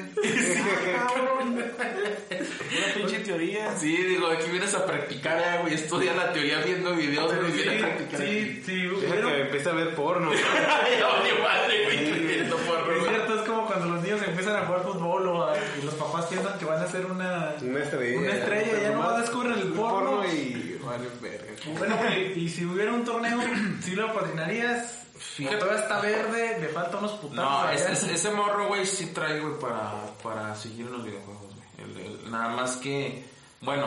Una pinche teoría. Sí, digo, aquí vienes a practicar, güey. Estudia la teoría viendo videos, güey. Vienes a practicar. Sí. Deja que empiece a ver porno. Ya valió madre, güey. Viendo porno, Es güey. cierto, es como cuando los niños empiezan a jugar fútbol y los papás piensan que van a ser una estrella y ya nomás descubren el porno. Y vale, verga. Bueno, güey, y si hubiera un torneo, ¿sí lo patrocinarías? Fíjate. Todavía está verde, le falta unos putazos. No, allá. ese morro, güey, sí trae, güey, para seguir en los videojuegos, güey. Nada más que, bueno,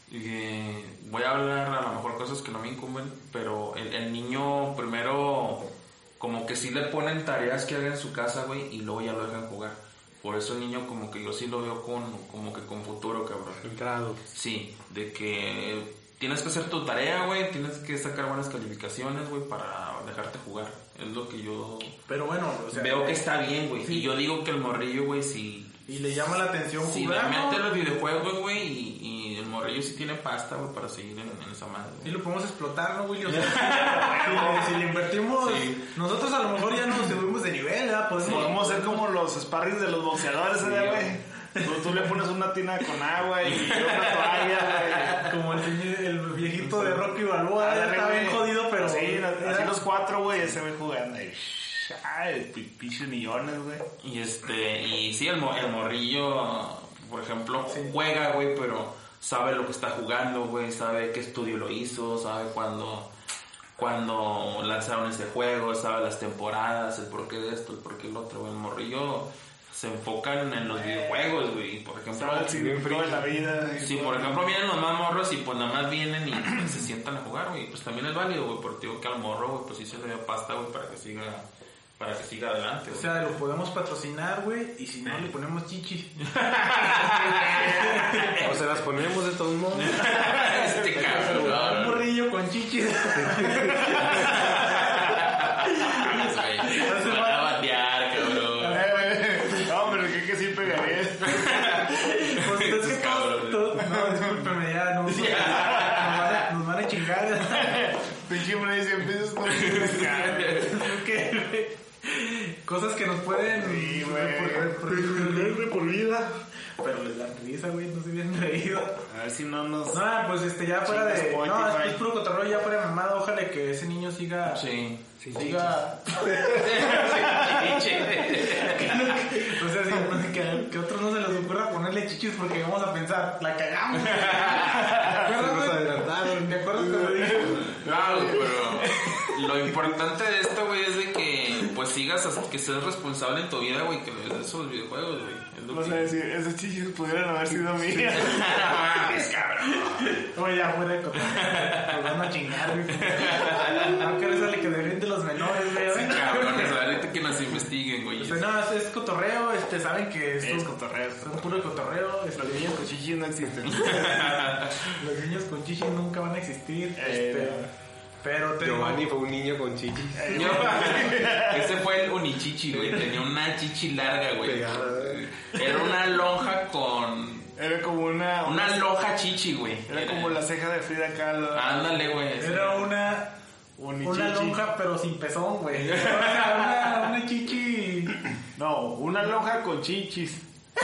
voy a hablar a lo mejor cosas que no me incumben, pero el niño primero, como que sí le ponen tareas que haga en su casa, güey, y luego ya lo dejan jugar. Por eso el niño como que yo sí lo veo como que con futuro, cabrón. Entrado. Sí, de que tienes que hacer tu tarea, güey, tienes que sacar buenas calificaciones, güey, para dejarte jugar. Es lo que yo Pero bueno, o sea, veo que está bien, güey. Sí. Y yo digo que el morrillo, güey, si y le llama la atención le jugar, ¿no? mete los videojuegos, güey, y el morrillo sí tiene pasta, güey, para seguir en esa madre. Sí lo podemos explotar, ¿no, Willy? O sea, si le invertimos, Sí. nosotros a lo mejor ya nos subimos de nivel, ¿verdad? Podemos ser como los sparrings de los boxeadores, güey. Tú le pones una tina con agua y una toalla, Como el viejito de Rocky Balboa, ya está bien jodido, pero... Sí, era- así los cuatro, güey, ese güey jugando. Ay, pinches millones, güey. Y y sí, el morrillo, por ejemplo, juega, güey, pero sabe lo que está jugando, güey, sabe qué estudio lo hizo, sabe cuándo lanzaron ese juego, sabe las temporadas, el porqué de esto, el porqué del otro, güey. El morrillo se enfocan en los videojuegos, güey. Por ejemplo, Sabe el significado de la vida. si por ejemplo vienen los más morros y pues nada más vienen y pues, se sientan a jugar, güey, pues también es válido, güey, porque digo que al morro, güey, pues sí se le dio pasta, güey, para que siga adelante, O güey. sea, lo podemos patrocinar, güey, y si no, le ponemos chichis. O se las ponemos de todos modos. Este cabrón. Un burrillo con chichis. Se van a batear, cabrón. No, pero que sí pegaría. Pues es que todos... No, discúlpeme, ya, no. Nos van a chingar. Pinche hombre, si empiezas con ¿Qué, güey? Cosas que nos pueden... Sí, güey. por vida. Pero les dan risa, güey, no se habían reído. A ver si no nos... No, pues ya fuera de... Spotify. No, es puro cotorreo, ya fuera de mamada. Ojalá que ese niño siga... Sí. Siga... O sea, que a otros no se les ocurra ponerle chichis porque vamos a pensar, la cagamos. ¿Te acuerdas, Nos güey? adelantaron. ¿Te acuerdas cuando dije? Claro, pero lo importante de esto, güey, es de que pues sigas hasta que seas responsable en tu vida, güey, que le des esos videojuegos, güey. Es lo Vas que... a decir, esos chichis pudieran haber sido mías. Es cabrón. Oye, ya fuera de cotorreo. Nos van a chingar, güey. No querés darle que defiende los menores, güey. Sí, cabrones, ahorita que nos investiguen, güey. O sea, no, es cotorreo, saben que Es cotorreo. es un puro cotorreo. Los niños con chichis no existen. Los niños con chichis nunca van a existir. Pero te digo, Giovanni fue un niño con chichis. Ese fue el unichichi, güey. Tenía una chichi larga, güey. Pegada. Era una lonja con... Era como Una lonja chichi, güey. Era como la ceja de Frida Kahlo. Ándale, güey. era una lonja pero sin pezón, güey. O sea, una chichi. No, una lonja con chichis.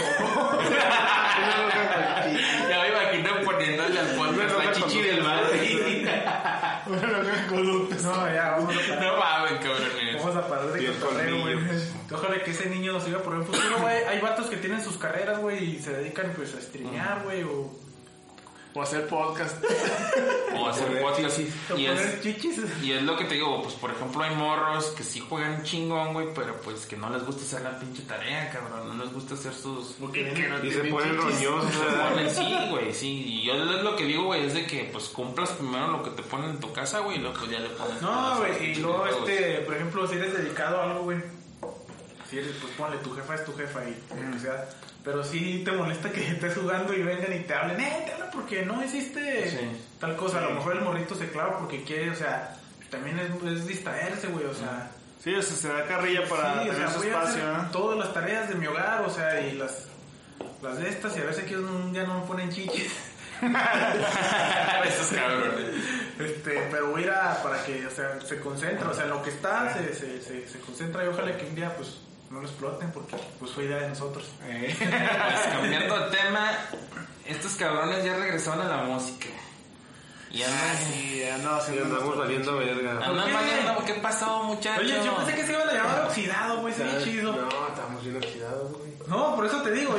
Ya me imagino poniéndole al podcast la chichi del mar. Una lonja con un No, ya, vamos a No mames, cabrones. Vamos a parar de Bien cotorreo, güey. colmillos. Ojalá que ese niño nos siga por el futuro, güey. Hay vatos que tienen sus carreras, güey, y se dedican, pues, a streamear, güey, o hacer podcast. O hacer podcast. Y poner es, chichis. y es lo que te digo, pues por ejemplo hay morros que sí juegan chingón, güey, pero pues que no les gusta hacer la pinche tarea, cabrón. No les gusta hacer sus... Y se ponen roñosos. Ponen, sí, güey, sí. Y yo es lo que digo, güey, es de que pues cumplas primero lo que te ponen en tu casa, güey, y luego pues, ya le pones... No, güey, y luego, videojuegos. por ejemplo, si eres dedicado a algo, güey. Si eres, pues ponle, tu jefa es tu jefa y lo que sea. Pero sí te molesta que estés jugando y vengan y te hablen, te hablan porque no hiciste Sí. tal cosa. A lo mejor el morrito se clava porque quiere, o sea, también es distraerse, güey, o sea. Sí, o sea, se da carrilla para sí, o tener sea, su voy a hacer espacio, ¿no? todas las tareas de mi hogar, o sea, y las de estas, y a veces que ellos ya no me ponen chichis. Esos cabrones. Pero voy a ir para que, o sea, se concentre, o sea, en lo que está, se concentra y ojalá que un día, pues, no lo exploten porque pues fue idea de nosotros. Pues cambiando de tema, estos cabrones ya regresaron a la música. Y andamos valiendo verga. Andan valiendo, ¿qué pasó, muchachos? Oye, yo pensé que se iban a llamar Oxidado, güey, sería chido. No, estamos bien oxidados, güey. No, por eso te digo.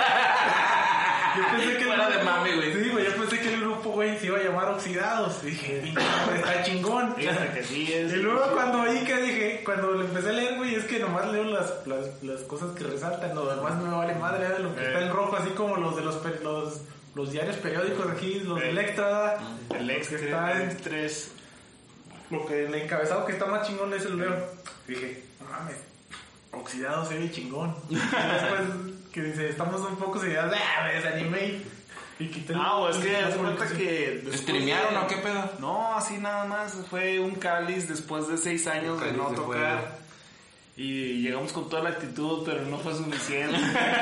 Yo pensé que fuera de mami, güey. Sí, güey, yo pensé que el grupo, güey, se iba a llamar Oxidados. Y dije, está chingón. Fíjate que sí es. Y luego cuando oí que dije, cuando lo empecé a leer, güey, es que nomás leo las cosas que resaltan, lo demás no me vale madre, de lo que está en rojo, así como los de los diarios periódicos aquí, los del Extra. El que Extra, está el en 3. lo que el encabezado que está más chingón es el leo. Dije, no mames, Oxidado se ve chingón. Y después que dice, estamos un poco seguidas, me desanimé y quité el... No, es que hace cuenta que... ¿Streamearon o qué pedo? No, así nada más. Fue un cáliz después de 6 años de no tocar. Y llegamos con toda la actitud, pero no fue suficiente.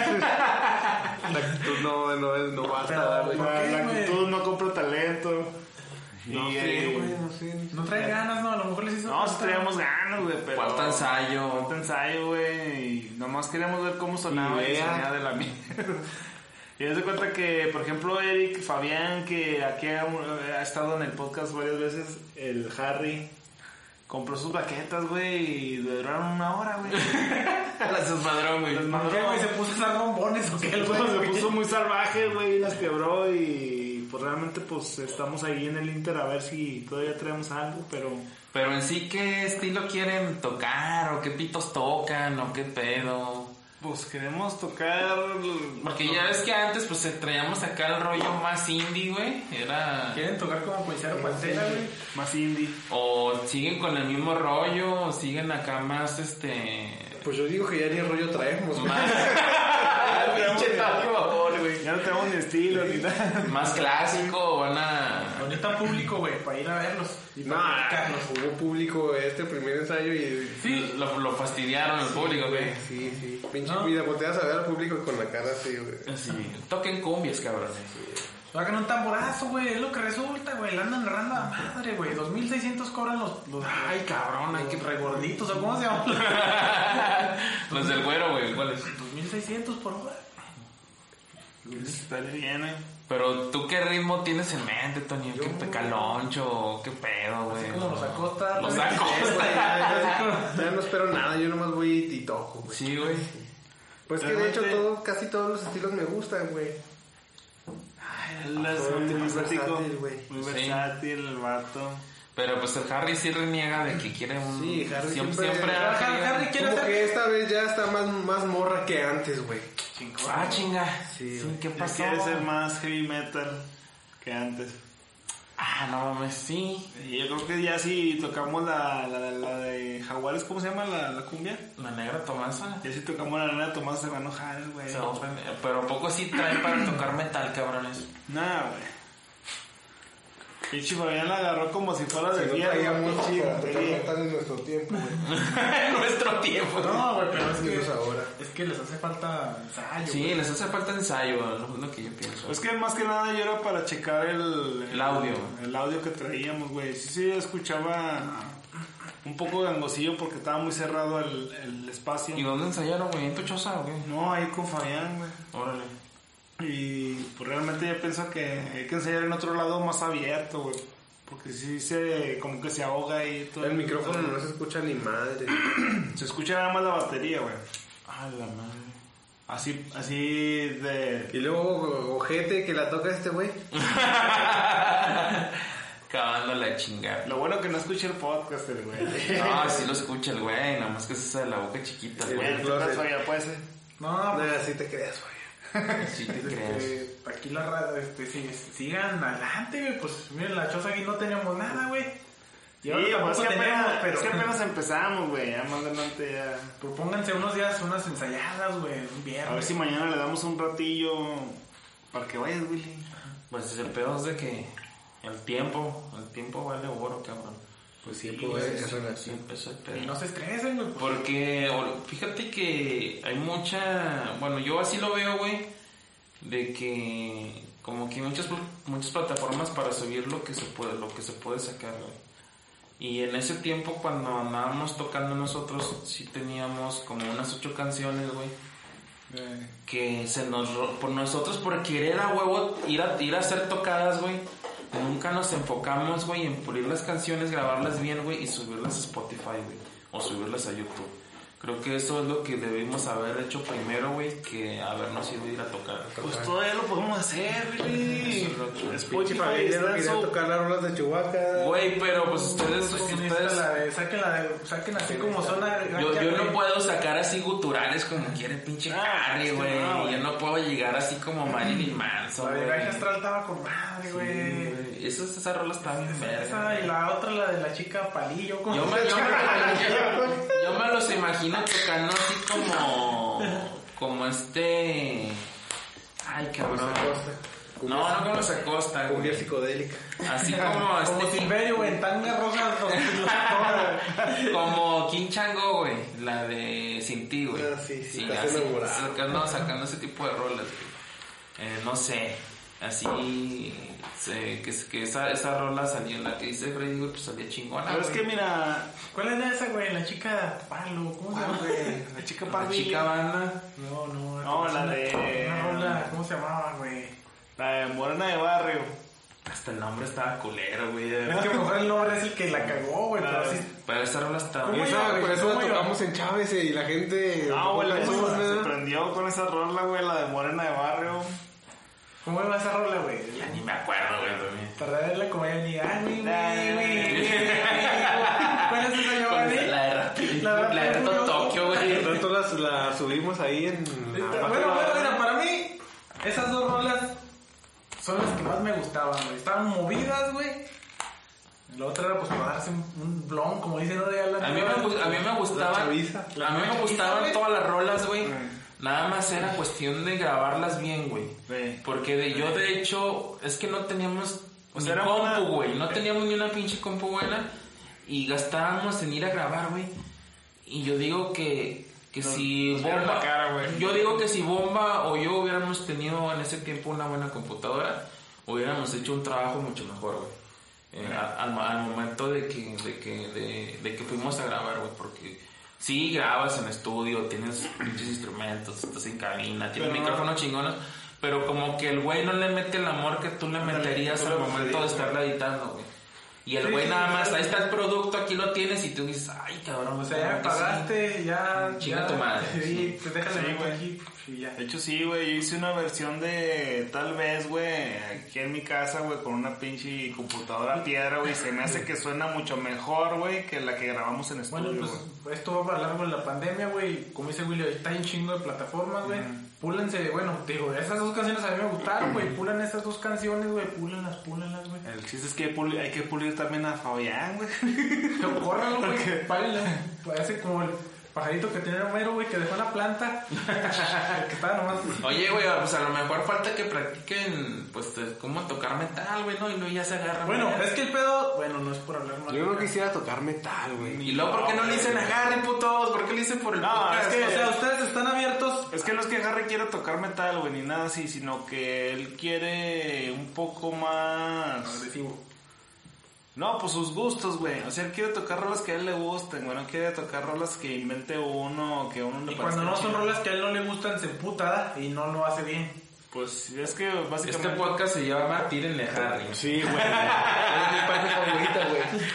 La actitud no basta, güey. La actitud no compra talento. No Y, sé, güey, no sé. No trae ganas, no, a lo mejor les hizo... No, sí traíamos ganas, güey, pero... Falta ensayo. Falta ensayo, güey. Y nomás queríamos ver cómo sonaba y sonaba de la mierda. Y haz de cuenta que, por ejemplo, Eric, Fabián, que aquí ha estado en el podcast varias veces, el Harry... Compró sus baquetas, güey, y duraron 1 hora, güey. Las desmadró, güey. ¿Por qué, güey? ¿Se puso a usar bombones o qué? El güey Se puso muy salvaje, güey, y las quebró y pues realmente pues estamos ahí en el Inter a ver si todavía traemos algo, pero... Pero en sí, ¿qué estilo quieren tocar? ¿O qué pitos tocan? ¿O qué pedo? Pues queremos tocar... Porque ya ves que antes pues traíamos acá el rollo más indie, güey. Era... ¿Quieren tocar como Policero Pantera, güey? Más indie. O siguen con el mismo rollo, o siguen acá más, Pues yo digo que ya ni rollo traemos, güey. más... Pinche Tati, por favor, güey. Ya no tenemos ni estilo ni nada. Más clásico, o van a... Ahorita público, güey, para ir a verlos. Y No, para criticarlos. hubo público primer ensayo y... Sí, lo fastidiaron el público, güey. Sí. Pinche ¿No? vida, volteas a ver al público con la cara así, güey. Sí, toquen cumbias, cabrones. Hagan un tamborazo, güey, es lo que resulta, güey. Le andan narrando a madre, güey. 2,600 cobran los... Ay, cabrón, hay que... regorditos, ¿o cómo se llaman? Los del güero, güey, ¿cuáles? 2,600 por hora. Estaría bien, Pero tú, ¿qué ritmo tienes en mente, Tony? ¿Qué pecaloncho? ¿Qué pedo, güey? Como los Acosta. Los también. Acosta. Ya no espero nada, yo nomás voy y toco, güey. Sí, güey. Pues que de hecho casi todos los estilos me gustan, güey. Él es Todo muy tipo versátil, versátil, güey. muy Sí. versátil el vato. Pero pues el Harry sí reniega de que quiere un... Sí, Harry siempre siempre- ha Harry querido- quiere Como hacer... que esta vez ya está más morra que antes, güey. Ah, chinga. Sí, Sí, güey. ¿qué Ya pasó? quiere ser más heavy metal que antes. Ah, no mames, sí. Y yo creo que ya si tocamos la de Jaguares, ¿cómo se llama la cumbia? La negra Tomasa. Ya si tocamos la nena Tomás se va a enojar, güey. Se va a ofender. Pero ¿a poco sí trae para tocar metal, cabrones? Nah, güey. Pinche Fabián la agarró como si fuera de No hierro. traíamos pinche para tocar batería. metal en nuestro tiempo, güey. En nuestro tiempo. No, güey, pero es Menos que... ahora. Es que les hace falta ensayo, Sí, güey. les hace falta ensayo, es lo que yo pienso. Es que más que nada yo era para checar el audio. El audio que traíamos, güey. Sí, escuchaba un poco gangosillo porque estaba muy cerrado el espacio. ¿Y dónde ensayaron, güey? ¿En tu choza o qué? No, ahí con Fabián, güey. Órale. Y pues realmente yo pienso que hay que ensayar en otro lado más abierto, güey. Porque sí como que se ahoga ahí todo. El micrófono no se escucha ni madre. Se escucha nada más la batería, güey. Ah, la madre. Así de... Y luego, ojete que la toca este güey. Acabando la chingada. Lo bueno que no escucha el podcast, el güey. No, sí lo escucha el güey, nada más que se hace la boca chiquita, Sí, güey. Bueno, ¿qué tal, Fabián? Puede ser. No, pues... Nada, sí te creas, güey. Sí te crees. Aquí la radio, sigan adelante, güey. Pues miren, la choza aquí no teníamos nada, güey. Y ahora Sí, tampoco pues es que tenemos, apenas, pero... es que apenas empezamos, güey. Ya más adelante ya... Propónganse unos días, unas ensayadas, güey. Un viernes. A ver si mañana le damos un ratillo para que vayas, Willy. Pues el pedo es de que el tiempo vale oro, cabrón. Pues sí, Sí, pues sí, es relación. eso es Y pedo. no se estresen, güey. Porque fíjate que hay mucha, bueno, yo así lo veo, güey, de que como que hay muchas plataformas para subir lo que se puede sacar, güey. Y en ese tiempo cuando andábamos tocando nosotros, sí teníamos como unas 8 canciones, güey. Que se nos... Por nosotros, por querer a huevo ir a hacer tocadas, güey. Nunca nos enfocamos, güey, en pulir las canciones, grabarlas bien, güey, y subirlas a Spotify, güey. O subirlas a YouTube. Creo que eso es lo que debimos haber hecho primero, güey, que habernos ido a ir a tocar. Pues todavía lo podemos hacer, güey. Spotify quería tocar las rolas de Chewbacca. Güey, pero pues ustedes Saquen así como zona. Yo no puedo sacar así guturales como quiere pinche Harry, güey. Yo no puedo llegar así como Marilyn Manson, La de güey. Viaje Astral estaba con madre, güey. Esa rola está bien verga. Esa y la otra, la de la chica Palillo. Yo me los imagino tocando así como ay, cabrón. No como los Acosta, güey. Cumbia psicodélica. Así como Como Silverio, güey, en tanga rosa. como King Chango, güey. La de Sin Ti, güey. Ah, sí, así, sacando ese tipo de rolas, güey. No sé, así que esa rola salió en la que dice Freddy, güey, pues salía chingona. Pero es que mira, ¿cuál es esa, güey? La chica Palo, ¿cómo se llama, güey? la chica La Barbie. chica banda. No, la de... Una rola, ¿cómo se llamaba, güey? La de Morena de Barrio. Hasta el nombre estaba culero, güey. Es que mejor el nombre es el que la cagó, güey, pero sí. Pero esa rola está... ¿Cómo Esa, iba, por güey? eso la ¿Cómo iba? tocamos en Chávez y la gente... No, güey, la ¿Cómo cosa se se llama? prendió con esa rola, güey, la de Morena de Barrio. ¿Cómo iba esa rola, güey? Ya ni me acuerdo, güey, también. Para verla como ella ni... ¿Cuál es esa, Giovanni? La de Reto Tokio, güey. De rato la subimos ahí en... Bueno, mira, para mí, esas dos rolas son las que más me gustaban, güey. Estaban movidas, güey. La otra era pues para darse un blon, como dicen ahora. A mí me gustaban... A mí me gustaban todas las rolas, güey. Nada más era cuestión de grabarlas bien, güey. Porque yo, de hecho, es que no teníamos ni compu, güey. No teníamos ni una pinche compu buena. Y gastábamos en ir a grabar, güey. Y yo digo que si Bomba... Yo digo que si Bomba o yo hubiéramos tenido en ese tiempo una buena computadora, hubiéramos hecho un trabajo mucho mejor, güey. Al momento de que fuimos a grabar, güey. Porque... sí, grabas en estudio, tienes pinches instrumentos, estás en cabina, tienes micrófonos chingones, pero como que el güey no le mete el amor que tú le meterías al momento de estarla editando, güey. Y el güey nada más, ahí está el producto, aquí lo tienes, y tú dices, ay, cabrón. O sea, ya pagaste, ya... Chinga tu madre. Sí, pues déjale, güey. aquí y ya. De hecho, sí, güey, yo hice una versión de Tal Vez, güey, aquí en mi casa, güey, con una pinche computadora piedra, güey. Se me hace que suena mucho mejor, güey, que la que grabamos en estudio, Bueno, güey. pues esto va para largo de la pandemia, güey. Como dice Willy, está un chingo de plataformas, güey. Púlense, bueno, digo, esas dos canciones a mí me gustaron, güey. Pulan esas dos canciones, güey. Púlenlas, güey. El chiste es que hay que pulir también a Fabián, güey. Córralo, güey. Párenlo. Parece como el pajarito que tenía Homero, güey, que dejó en la planta. Que estaba nomás. Oye, güey, pues a lo mejor falta que practiquen, pues, cómo tocar metal, güey, ¿no? Y luego ya se agarran. Bueno, güey. es que el pedo, bueno, no es por hablar mal. Yo no quisiera tocar metal, güey. Y luego, ¿por qué no le dicen a Harry, putos? ¿Por qué le dicen por el podcast? Es que, o sea, ustedes están abiertos. Es que no es que Harry quiera tocar metal, güey, ni nada así, sino que él quiere un poco más... agresivo. No, pues sus gustos, güey. O sea, él quiere tocar rolas que a él le gusten, güey. No quiere tocar rolas que invente uno, que a uno le Y parezca cuando no son chido. rolas que a él no le gustan, se emputa y no lo hace bien. Pues es que Este básicamente... podcast se llama Tírenle a Harry. Sí, güey. Es mi parte favorita,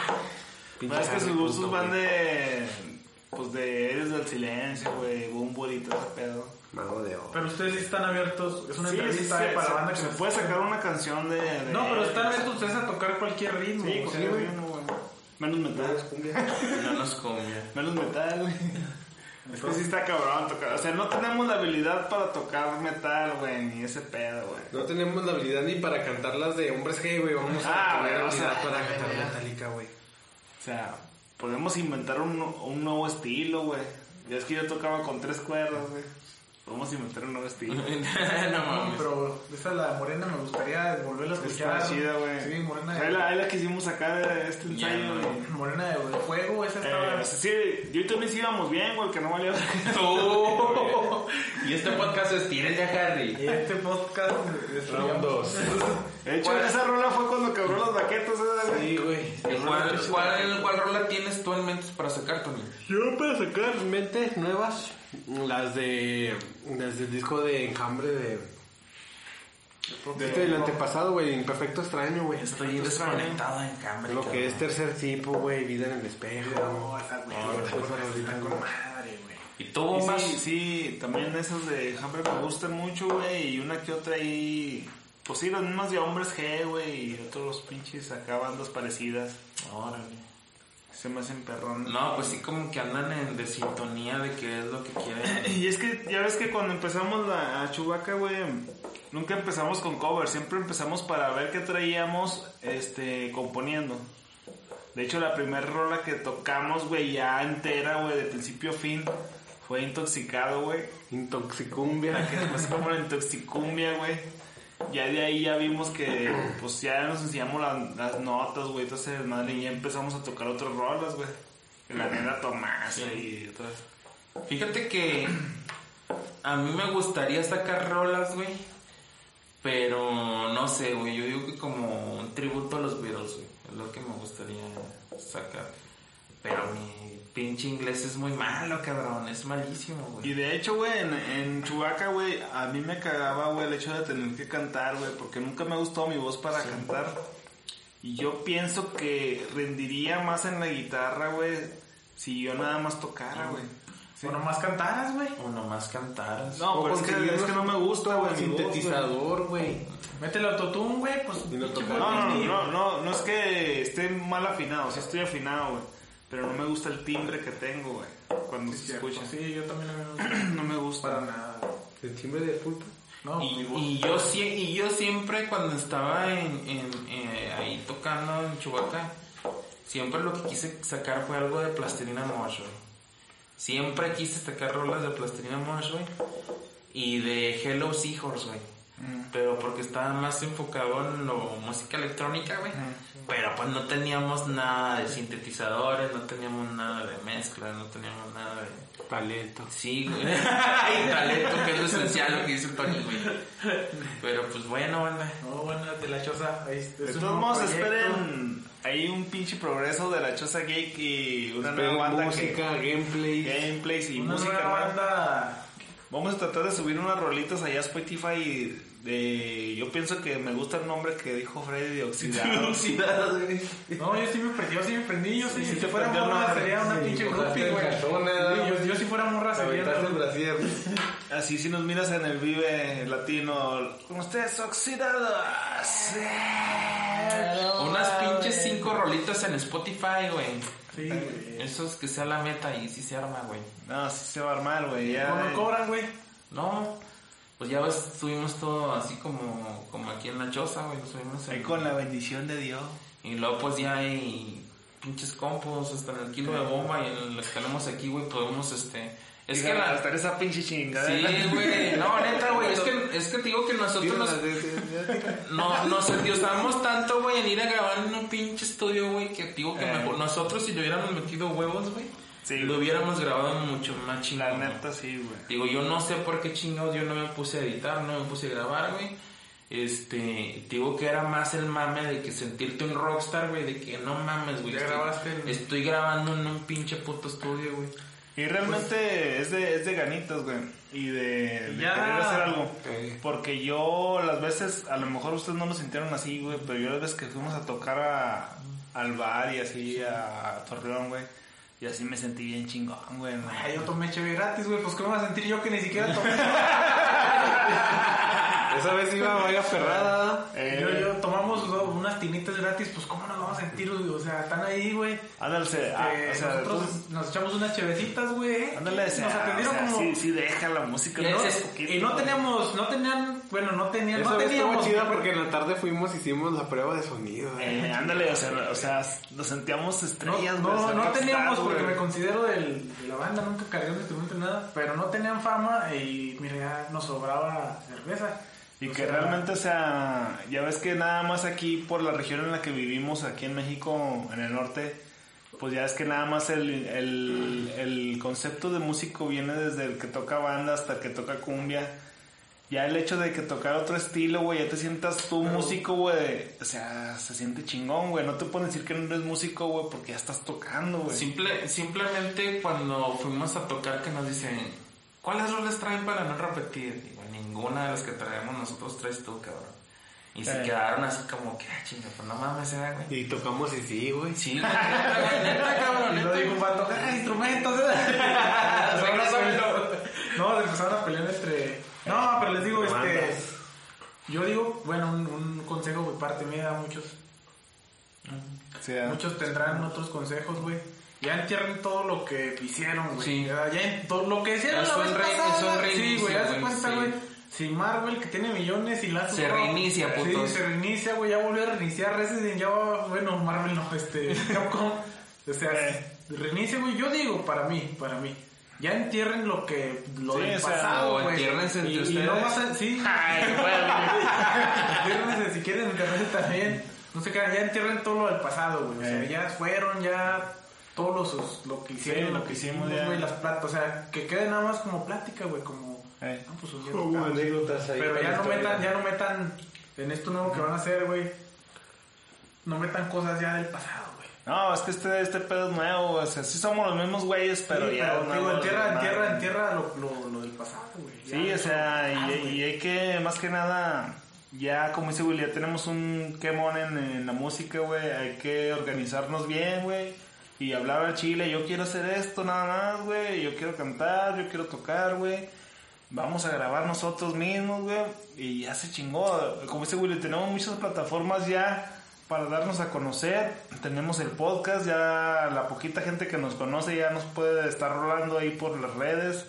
güey. Pues es que sus gustos van de... Pues de Eres del Silencio, güey. Bumble y todo ese pedo. Mago de oro. Pero ustedes sí están abiertos. Es una Sí, entrevista para la banda que se nos puede sacar una canción de... No, pero están abiertos ustedes a tocar cualquier ritmo. Sí, o sea, cualquier ritmo, güey. Menos metal. No nos comía. Menos metal, güey. Es que sí está cabrón tocar. O sea, no tenemos la habilidad para tocar metal, güey, ni ese pedo, güey. No tenemos la habilidad ni para cantar las de hombres gay, güey. Vamos a tener güey, o sea, habilidad para cantar Metallica, güey. O sea, podemos inventar un nuevo estilo, güey. Ya es que yo tocaba con 3 cuerdas, güey. Podemos inventar un nuevo estilo. No No, mames. pero esa la Morena me gustaría volverla a escuchar. Está chida, güey. Sí, Morena Ahí la quisimos sacar de este ensayo, Ya, güey. Morena de fuego, esa estaba. Sí, yo y Tony sí íbamos bien, güey, que no valía. Y este podcast es Tírenle a Harry. Y este podcast Round 2. De hecho, esa rola fue cuando quebró las baquetas, güey. Sí, güey. ¿Y ¿Cuál rola tienes tú en mente para sacar, Tony? Yo para sacar mentes nuevas, las del disco de Enjambre del antepasado, güey, Imperfecto Extraño, güey. Estoy desconectado en Enjambre. Lo que es Tercer Tipo, güey, Vida en el Espejo. ¿Y tú, más? Sí, también esas de Enjambre me gustan mucho, güey, y una que otra ahí... Pues sí, las mismas de Hombres G, güey, y otros pinches acá bandas parecidas. Órale. Se me hacen perrones. No, pues sí, como que andan en desintonía de qué es lo que quieren. Y es que ya ves que cuando empezamos a Chewbacca, güey, nunca empezamos con covers, siempre empezamos para ver qué traíamos componiendo. De hecho, la primera rola que tocamos, güey, ya entera, güey, de principio a fin, fue Intoxicado, güey. Intoxicumbia. Que se como la Intoxicumbia, güey. Ya de ahí ya vimos que, pues ya nos enseñamos las notas, güey, entonces, madre, y ya empezamos a tocar otras rolas, güey. La nena Tomás, y otras. Fíjate que a mí me gustaría sacar rolas, güey, pero no sé, güey, yo digo que como un tributo a los Beatles, güey, es lo que me gustaría sacar. Pero mi pinche inglés es muy malo, cabrón, es malísimo, güey. Y de hecho, güey, en Chewbacca, güey, a mí me cagaba, güey, el hecho de tener que cantar, güey, porque nunca me ha gustado mi voz para cantar. Y yo pienso que rendiría más en la guitarra, güey, si yo nada más tocara, güey. Sí. O nomás cantaras, güey. O nomás cantaras. No, pero es que no me gusta, güey. Sintetizador, güey. Métele autotune, güey, pues. No es que esté mal afinado, sí estoy afinado, güey. Pero no me gusta el timbre que tengo, güey, cuando se escucha. Sí, yo también no me gusta. Para nada. ¿El timbre de pulpo? No, y yo siempre cuando estaba ahí tocando en Chewbacca, siempre lo que quise sacar fue algo de Plastilina Mosh, güey. Siempre quise sacar rolas de Plastilina Mosh, güey, y de Hello Seahorse, güey. Pero porque estaba más enfocado en lo música electrónica, güey. Pero pues no teníamos nada de sintetizadores, no teníamos nada de mezcla, no teníamos nada de... Talento. Sí, güey. Y talento, que es lo esencial, lo que dice Tony, güey. Pero pues bueno, banda. No, bueno, de la choza. Ahí, de todos modos, esperen ahí un pinche progreso de la Choza Geek y una nueva banda. Música, gameplays y una música nueva banda. Vamos a tratar de subir unas rolitas allá a Spotify de... Yo pienso que me gusta el nombre que dijo Freddy de Oxidado. Oxidado, güey. No, yo sí me prendí. Yo sí, si fuera morra sería una pinche groupie, güey. Yo si fuera morra sería una... Así si nos miras en el Vive Latino, con ustedes Oxidados. Unas pinches 5 rolitas en Spotify, güey. Sí, güey. Eso es que sea la meta y sí se arma, güey. No, sí se va a armar, güey. ¿Cómo cobran, güey? No, pues ya ves, subimos todo así como aquí en la choza, güey. Subimos ahí con la bendición de Dios. Y luego pues ya hay pinches compos hasta en el kilo de bomba y en los que tenemos aquí, güey, podemos es que hasta esa pinche chingada. Sí, güey. No, neta, güey. Es que te digo que nosotros nos estábamos tanto, güey, en ir a grabar en un pinche estudio, güey, que digo que mejor nosotros si le hubiéramos metido huevos, güey, sí, lo hubiéramos grabado mucho más chingado. La neta, sí, güey. Digo, yo no sé por qué chingados yo no me puse a editar, no me puse a grabar, güey. Digo que era más el mame de que sentirte un rockstar, güey, de que no mames, güey. Estoy grabando en un pinche puto estudio, güey. Y realmente es de ganitas, güey. Y de querer hacer algo. Porque yo las veces, a lo mejor ustedes no lo sintieron así, güey, pero yo las veces que fuimos a tocar al bar y así a Torreón, güey, y así me sentí bien chingón, güey. Ay, yo tomé cheve gratis, güey, pues ¿cómo voy a sentir yo que ni siquiera tomé? Esa vez iba vaya ferrada. Yo tomamos unas tinitas gratis, pues ¿cómo nos vamos a sentir, güey? O sea, están ahí, güey. Ándale, o sea, nosotros nos echamos unas chevecitas, güey. Ándale, nos atendieron como... Sí, deja la música. Y no teníamos... Estuvo chida porque en la tarde hicimos la prueba de sonido. Ándale, o sea, nos sentíamos estrellas, güey. No teníamos, porque me considero de la banda, nunca cargué un instrumento ni nada, pero no tenían fama y mira, ya nos sobraba cerveza. Y que realmente, o sea, ya ves que nada más aquí por la región en la que vivimos, aquí en México, en el norte, pues ya es que nada más el concepto de músico viene desde el que toca banda hasta el que toca cumbia. ya el hecho de que tocar otro estilo, güey, ya te sientas tú músico, güey, o sea, se siente chingón, güey, no te pueden decir que no eres músico, güey, porque ya estás tocando, güey. Simplemente cuando fuimos a tocar que nos dicen, ¿cuáles roles traen para no repetir? Digo, ninguna de las que traemos nosotros traes tú, cabrón. Y se quedaron así como que, chinga, pues no mames, güey. Y tocamos y sí, güey. Sí, güey, neta, cabrón. Y lo digo, para tocar instrumentos. No, se empezaron a pelear entre... No, pero les digo, yo digo, bueno, un consejo de parte mía, muchos tendrán otros consejos, güey. Ya entierren todo lo que hicieron, güey. Sí. Ya todo lo que hicieron la vez pasada. Sí, güey, haz de cuenta, güey. Si Marvel, que tiene millones y la se reinicia, putos. Sí, se reinicia, güey, ya volvió a reiniciar Resident, ya va, bueno, Marvel no, Capcom. O sea, reinicia, güey, yo digo, para mí. Ya entierren lo del pasado, güey. Entiérrense entre ustedes. Y no vas a... Sí. Entiérrense si quieren enterrarse también. No sé qué, ya entierren todo lo del pasado, güey. O sea, ya fueron, ya... Todos lo que hicieron, lo que hicimos, güey, las pláticas. O sea, que quede nada más como plática, güey, como... pues como anécdotas ahí. Pero ya no metan en esto nuevo que van a hacer, güey. No metan cosas ya del pasado, güey. No, es que este pedo es nuevo, o sea, sí somos los mismos güeyes, pero sí, ya... Pero, entierra lo del pasado, güey. Sí, o sea, y hay que, más que nada, ya como dice Willy, ya tenemos un quemón en la música, güey. Hay que organizarnos bien, güey. Y hablar al chile, yo quiero hacer esto nada más, güey. Yo quiero cantar, yo quiero tocar, güey. Vamos a grabar nosotros mismos, güey. Y ya se chingó. Como dice Willy, tenemos muchas plataformas ya para darnos a conocer. Tenemos el podcast, ya la poquita gente que nos conoce ya nos puede estar rolando ahí por las redes.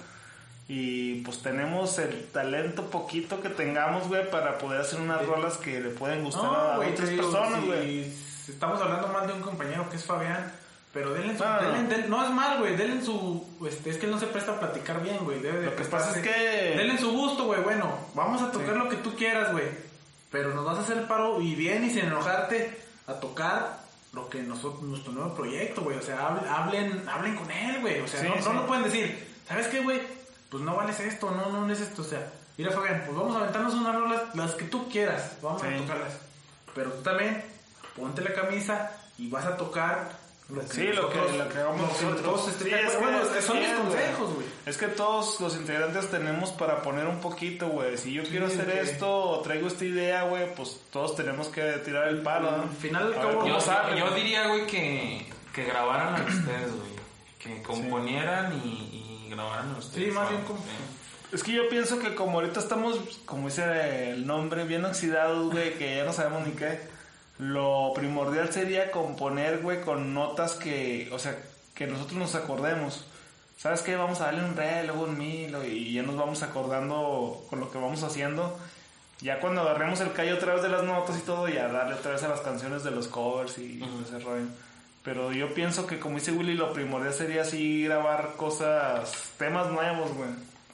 Y pues tenemos el talento poquito que tengamos, güey, para poder hacer unas rolas que le pueden gustar a otras personas, güey. Estamos hablando mal de un compañero que es Fabián. Pero denle no es mal, güey, denle su... es que él no se presta a platicar bien, güey. Lo que pasa es que... Denle su gusto, güey, bueno, vamos a tocar lo que tú quieras, güey. Pero nos vas a hacer el paro y bien y sin enojarte a tocar lo que nuestro nuevo proyecto, güey. O sea, hablen con él, güey. O sea, no lo pueden decir, ¿sabes qué, güey? Pues no vales esto, no es esto. O sea, mira, Fabián, pues vamos a aventarnos unas rolas, las que tú quieras. Vamos a tocarlas. Pero tú también, ponte la camisa y vas a tocar... lo que hagamos nosotros. Son mis consejos, güey. Es que todos los integrantes tenemos para poner un poquito, güey. Si yo quiero hacer esto o traigo esta idea, güey, pues todos tenemos que tirar el palo, ¿no? Al final, yo diría, güey, que grabaran a ustedes, güey. Que componieran y grabaran a ustedes. Sí, más bien como... Es que yo pienso que como ahorita estamos, como dice el nombre, bien oxidados, güey, que ya no sabemos ni qué... Lo primordial sería componer, güey, con notas que, o sea, que nosotros nos acordemos. ¿Sabes qué? Vamos a darle un re, luego un mi, y ya nos vamos acordando con lo que vamos haciendo. Ya cuando agarremos el callo otra vez de las notas y todo, ya darle otra vez a las canciones de los covers y ese rollo. Pero yo pienso que, como dice Willy, lo primordial sería así grabar cosas, temas nuevos, güey.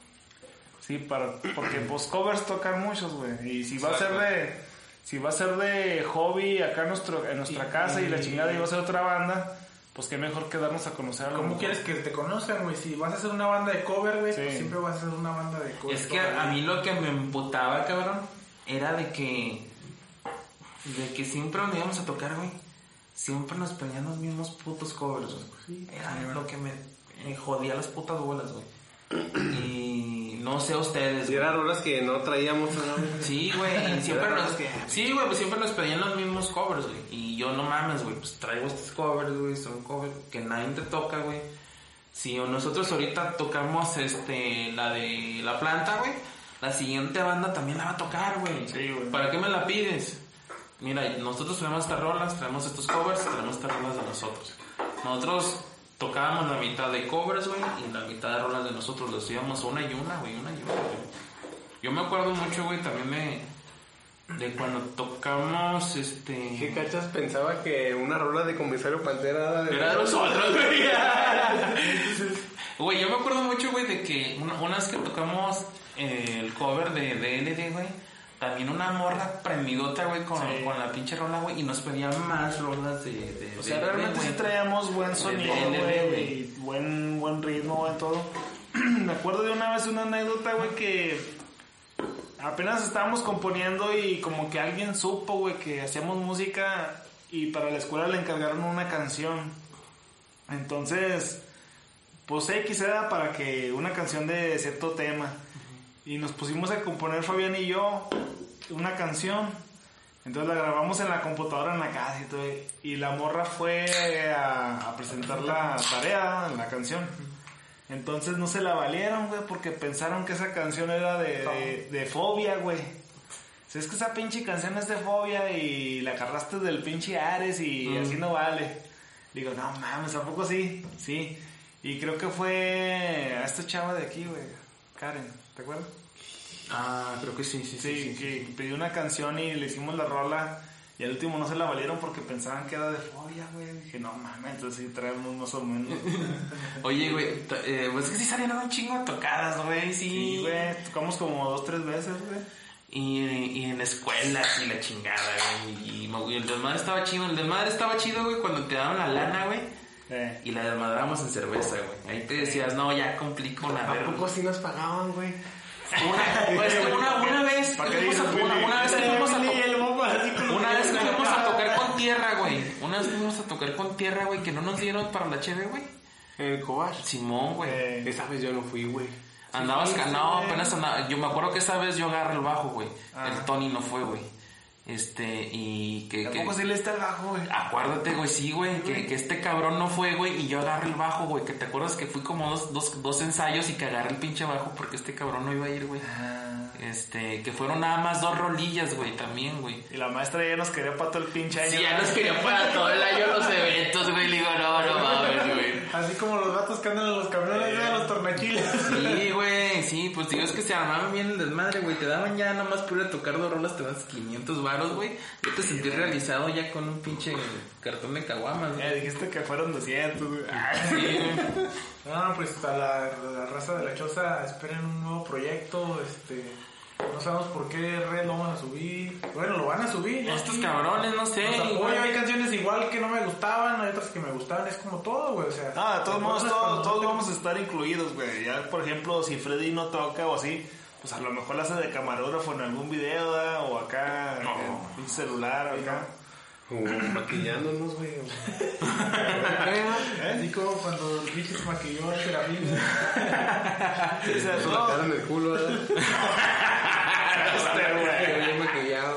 Sí, porque pues covers tocan muchos, güey. Y si va a ser de hobby acá en nuestra casa y la chingada iba a ser otra banda, pues qué mejor que darnos a conocer. ¿Cómo quieres que te conozcan, güey? Si vas a hacer una banda de cover, güey, pues siempre vas a hacer una banda de cover. Es que a mí lo que me emputaba, cabrón, era de que siempre donde íbamos a tocar, güey, siempre nos ponían los mismos putos covers, güey. Sí, era lo que me jodía las putas bolas, güey. Y no sé ustedes. Y eran rolas que no traíamos. Sí, güey. Siempre nos pedían los mismos covers, güey. Y yo no mames, güey. Pues traigo estos covers, güey. Son covers que nadie te toca, güey. Si nosotros ahorita tocamos la de La Planta, güey, la siguiente banda también la va a tocar, güey. Sí, güey. ¿Para qué me la pides? Mira, nosotros traemos estas rolas, traemos estos covers, traemos estas rolas de nosotros. Nosotros tocábamos la mitad de covers, güey, y la mitad de rolas de nosotros. Los íbamos una y una, güey. Yo me acuerdo mucho, güey, también de cuando tocamos, ¿Qué cachas pensaba que una rola de Comisario Pantera era de nosotros, güey? Güey, yo me acuerdo mucho, güey, de que una vez que tocamos el cover de DLD, güey, también una morra prendidota, güey, con la pinche rola, güey, y nos pedían más rolas de o sea, realmente sí traíamos buen sonido, güey, y buen ritmo, güey, todo. Me acuerdo de una vez una anécdota, güey, que apenas estábamos componiendo y como que alguien supo, güey, que hacíamos música y para la escuela le encargaron una canción. Entonces, pues X era para que una canción de cierto tema. Y nos pusimos a componer Fabián y yo una canción. Entonces la grabamos en la computadora en la casa y todo. Y la morra fue a presentar la tarea, la canción. Entonces no se la valieron, güey, porque pensaron que esa canción era de Fobia, güey. O sea, es que esa pinche canción es de Fobia y la agarraste del pinche Ares y así no vale. Digo, no mames, ¿a poco sí? Sí. Y creo que fue a esta chava de aquí, güey, Karen, ¿te acuerdas? Ah, creo que sí. Sí, que pidió una canción y le hicimos la rola y al último no se la valieron porque pensaban que era de Fobia, güey. Dije, no mames, entonces sí traemos más o menos. Oye, güey, pues es que sí salieron un chingo de tocadas, güey, Sí, güey, tocamos como 2-3 veces, güey. Y en escuelas y la chingada, güey. Y el desmadre estaba chido. El desmadre estaba chido, güey, cuando te daban la lana, güey. Y la desmadrábamos en cerveza, güey. Ahí te decías, no, ya cumplí con la ¿A verga. poco sí nos pagaban, güey? Una vez que fuimos a tocar con tierra, güey. Una vez fuimos a tocar con tierra, güey, que no nos dieron para la cheve, güey. En el Cobach. Simón, güey. Esa vez yo no fui, güey. Andabas ganado, apenas andaba. Yo me acuerdo que esa vez yo agarré el bajo, güey. El Tony no fue, güey. Y que... ¿Tampoco sí le está el bajo, güey? Acuérdate, güey, sí, güey, que este cabrón no fue, güey, y yo agarré el bajo, güey, que te acuerdas que fui como dos ensayos y que agarré el pinche bajo porque este cabrón no iba a ir, güey. Que fueron nada más 2 rolillas, güey, también, güey. Y la maestra ya nos quería para todo el pinche año. Sí, ya nos quería para todo el año los eventos, güey, le digo, no mames, güey. Así como los vatos que andan en los camiones, a los tornaquiles. Sí, güey, sí, pues digo, es que se armaban bien el desmadre, güey, te daban ya nomás por ir a tocar 2 rolas, te das 500 varos, güey. Yo te sentí realizado ya con un pinche cartón de caguamas, güey. Dijiste que fueron 200, güey. Sí, güey. No, pues a la raza de la choza esperen un nuevo proyecto, no sabemos por qué red lo vamos a subir. Bueno, lo van a subir. Estos cabrones, no sé. Oye, hay canciones igual que no me gustaban, hay otras que me gustaban, es como todo, güey, o sea. No, de todos modos, todos vamos a estar incluidos, güey. Ya, por ejemplo, si Freddy no toca o así, pues a lo mejor la hace de camarógrafo en algún video, ¿verdad? O acá, en un celular, acá. O maquillándonos, güey. Así como cuando el bicho se maquilló a Cheramil. Se la cara en el culo, ¿verdad? Bien maquillado.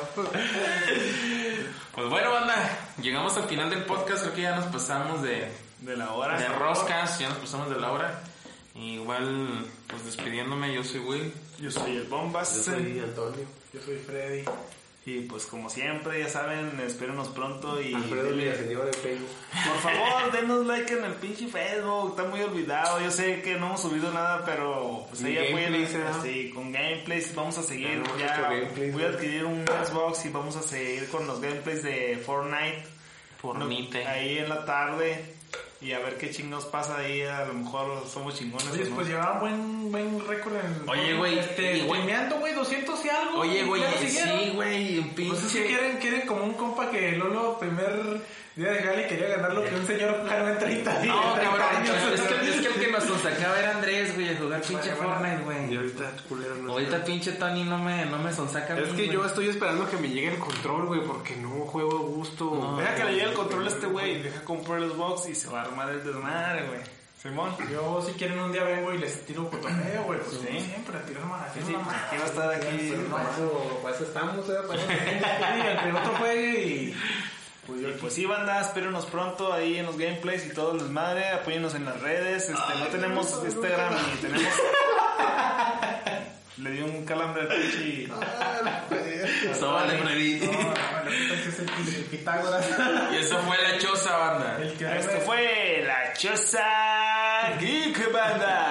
Pues bueno, banda, llegamos al final del podcast. Creo que ya nos pasamos de la hora. De roscas, ya nos pasamos de la hora. Igual, pues despidiéndome, yo soy Will. Yo soy el Bombas. Yo soy Antonio. Yo soy Freddy. Y pues como siempre, ya saben, espérenos pronto y... Alfredo Villaseñor en Facebook. Por favor, denos like en el pinche Facebook, está muy olvidado. Yo sé que no hemos subido nada, pero pues ahí apoyen. Sí, con gameplays vamos a seguir. Ya voy a adquirir un Xbox y vamos a seguir con los gameplays de Fortnite. Ahí en la tarde. Y a ver qué chingos pasa ahí, a lo mejor somos chingones. Oye, pues llevaban buen récord en... Oye, güey, streameando, güey, 200 y algo. Oye, güey, sí, güey, un pinche... Pues es que quieren como un compa que Lolo, primer día de jale, quería ganar lo que un señor ganó en 30 días. No, cabrón, es que el que nos sacaba era Andrés, güey, a jugar pinche Fortnite, güey. Y ahorita, culero, no. Ahorita pinche Tony no me sonsaca. Es que yo estoy esperando que me llegue el control, güey, porque no juego a gusto. Deja que le llegue el control a este güey, deja comprar el Xbox y se va a armar el desmadre, güey. Simón. Yo, si quieren, un día vengo y les tiro cotoneo, güey. Pues sí, siempre, tirar más. Sí, aquí va a estar aquí. Para eso estamos, para eso. Sí, el que otro juegue y... Pues sí, banda, espérenos pronto ahí en los gameplays y todo el desmadre. Apóyennos en las redes. No tenemos Instagram ni tenemos... Le dio un calambre al pinche. Eso vale, Freddy. El Pitágoras. Y eso fue La Choza, banda. Esto fue La Choza Geek, banda.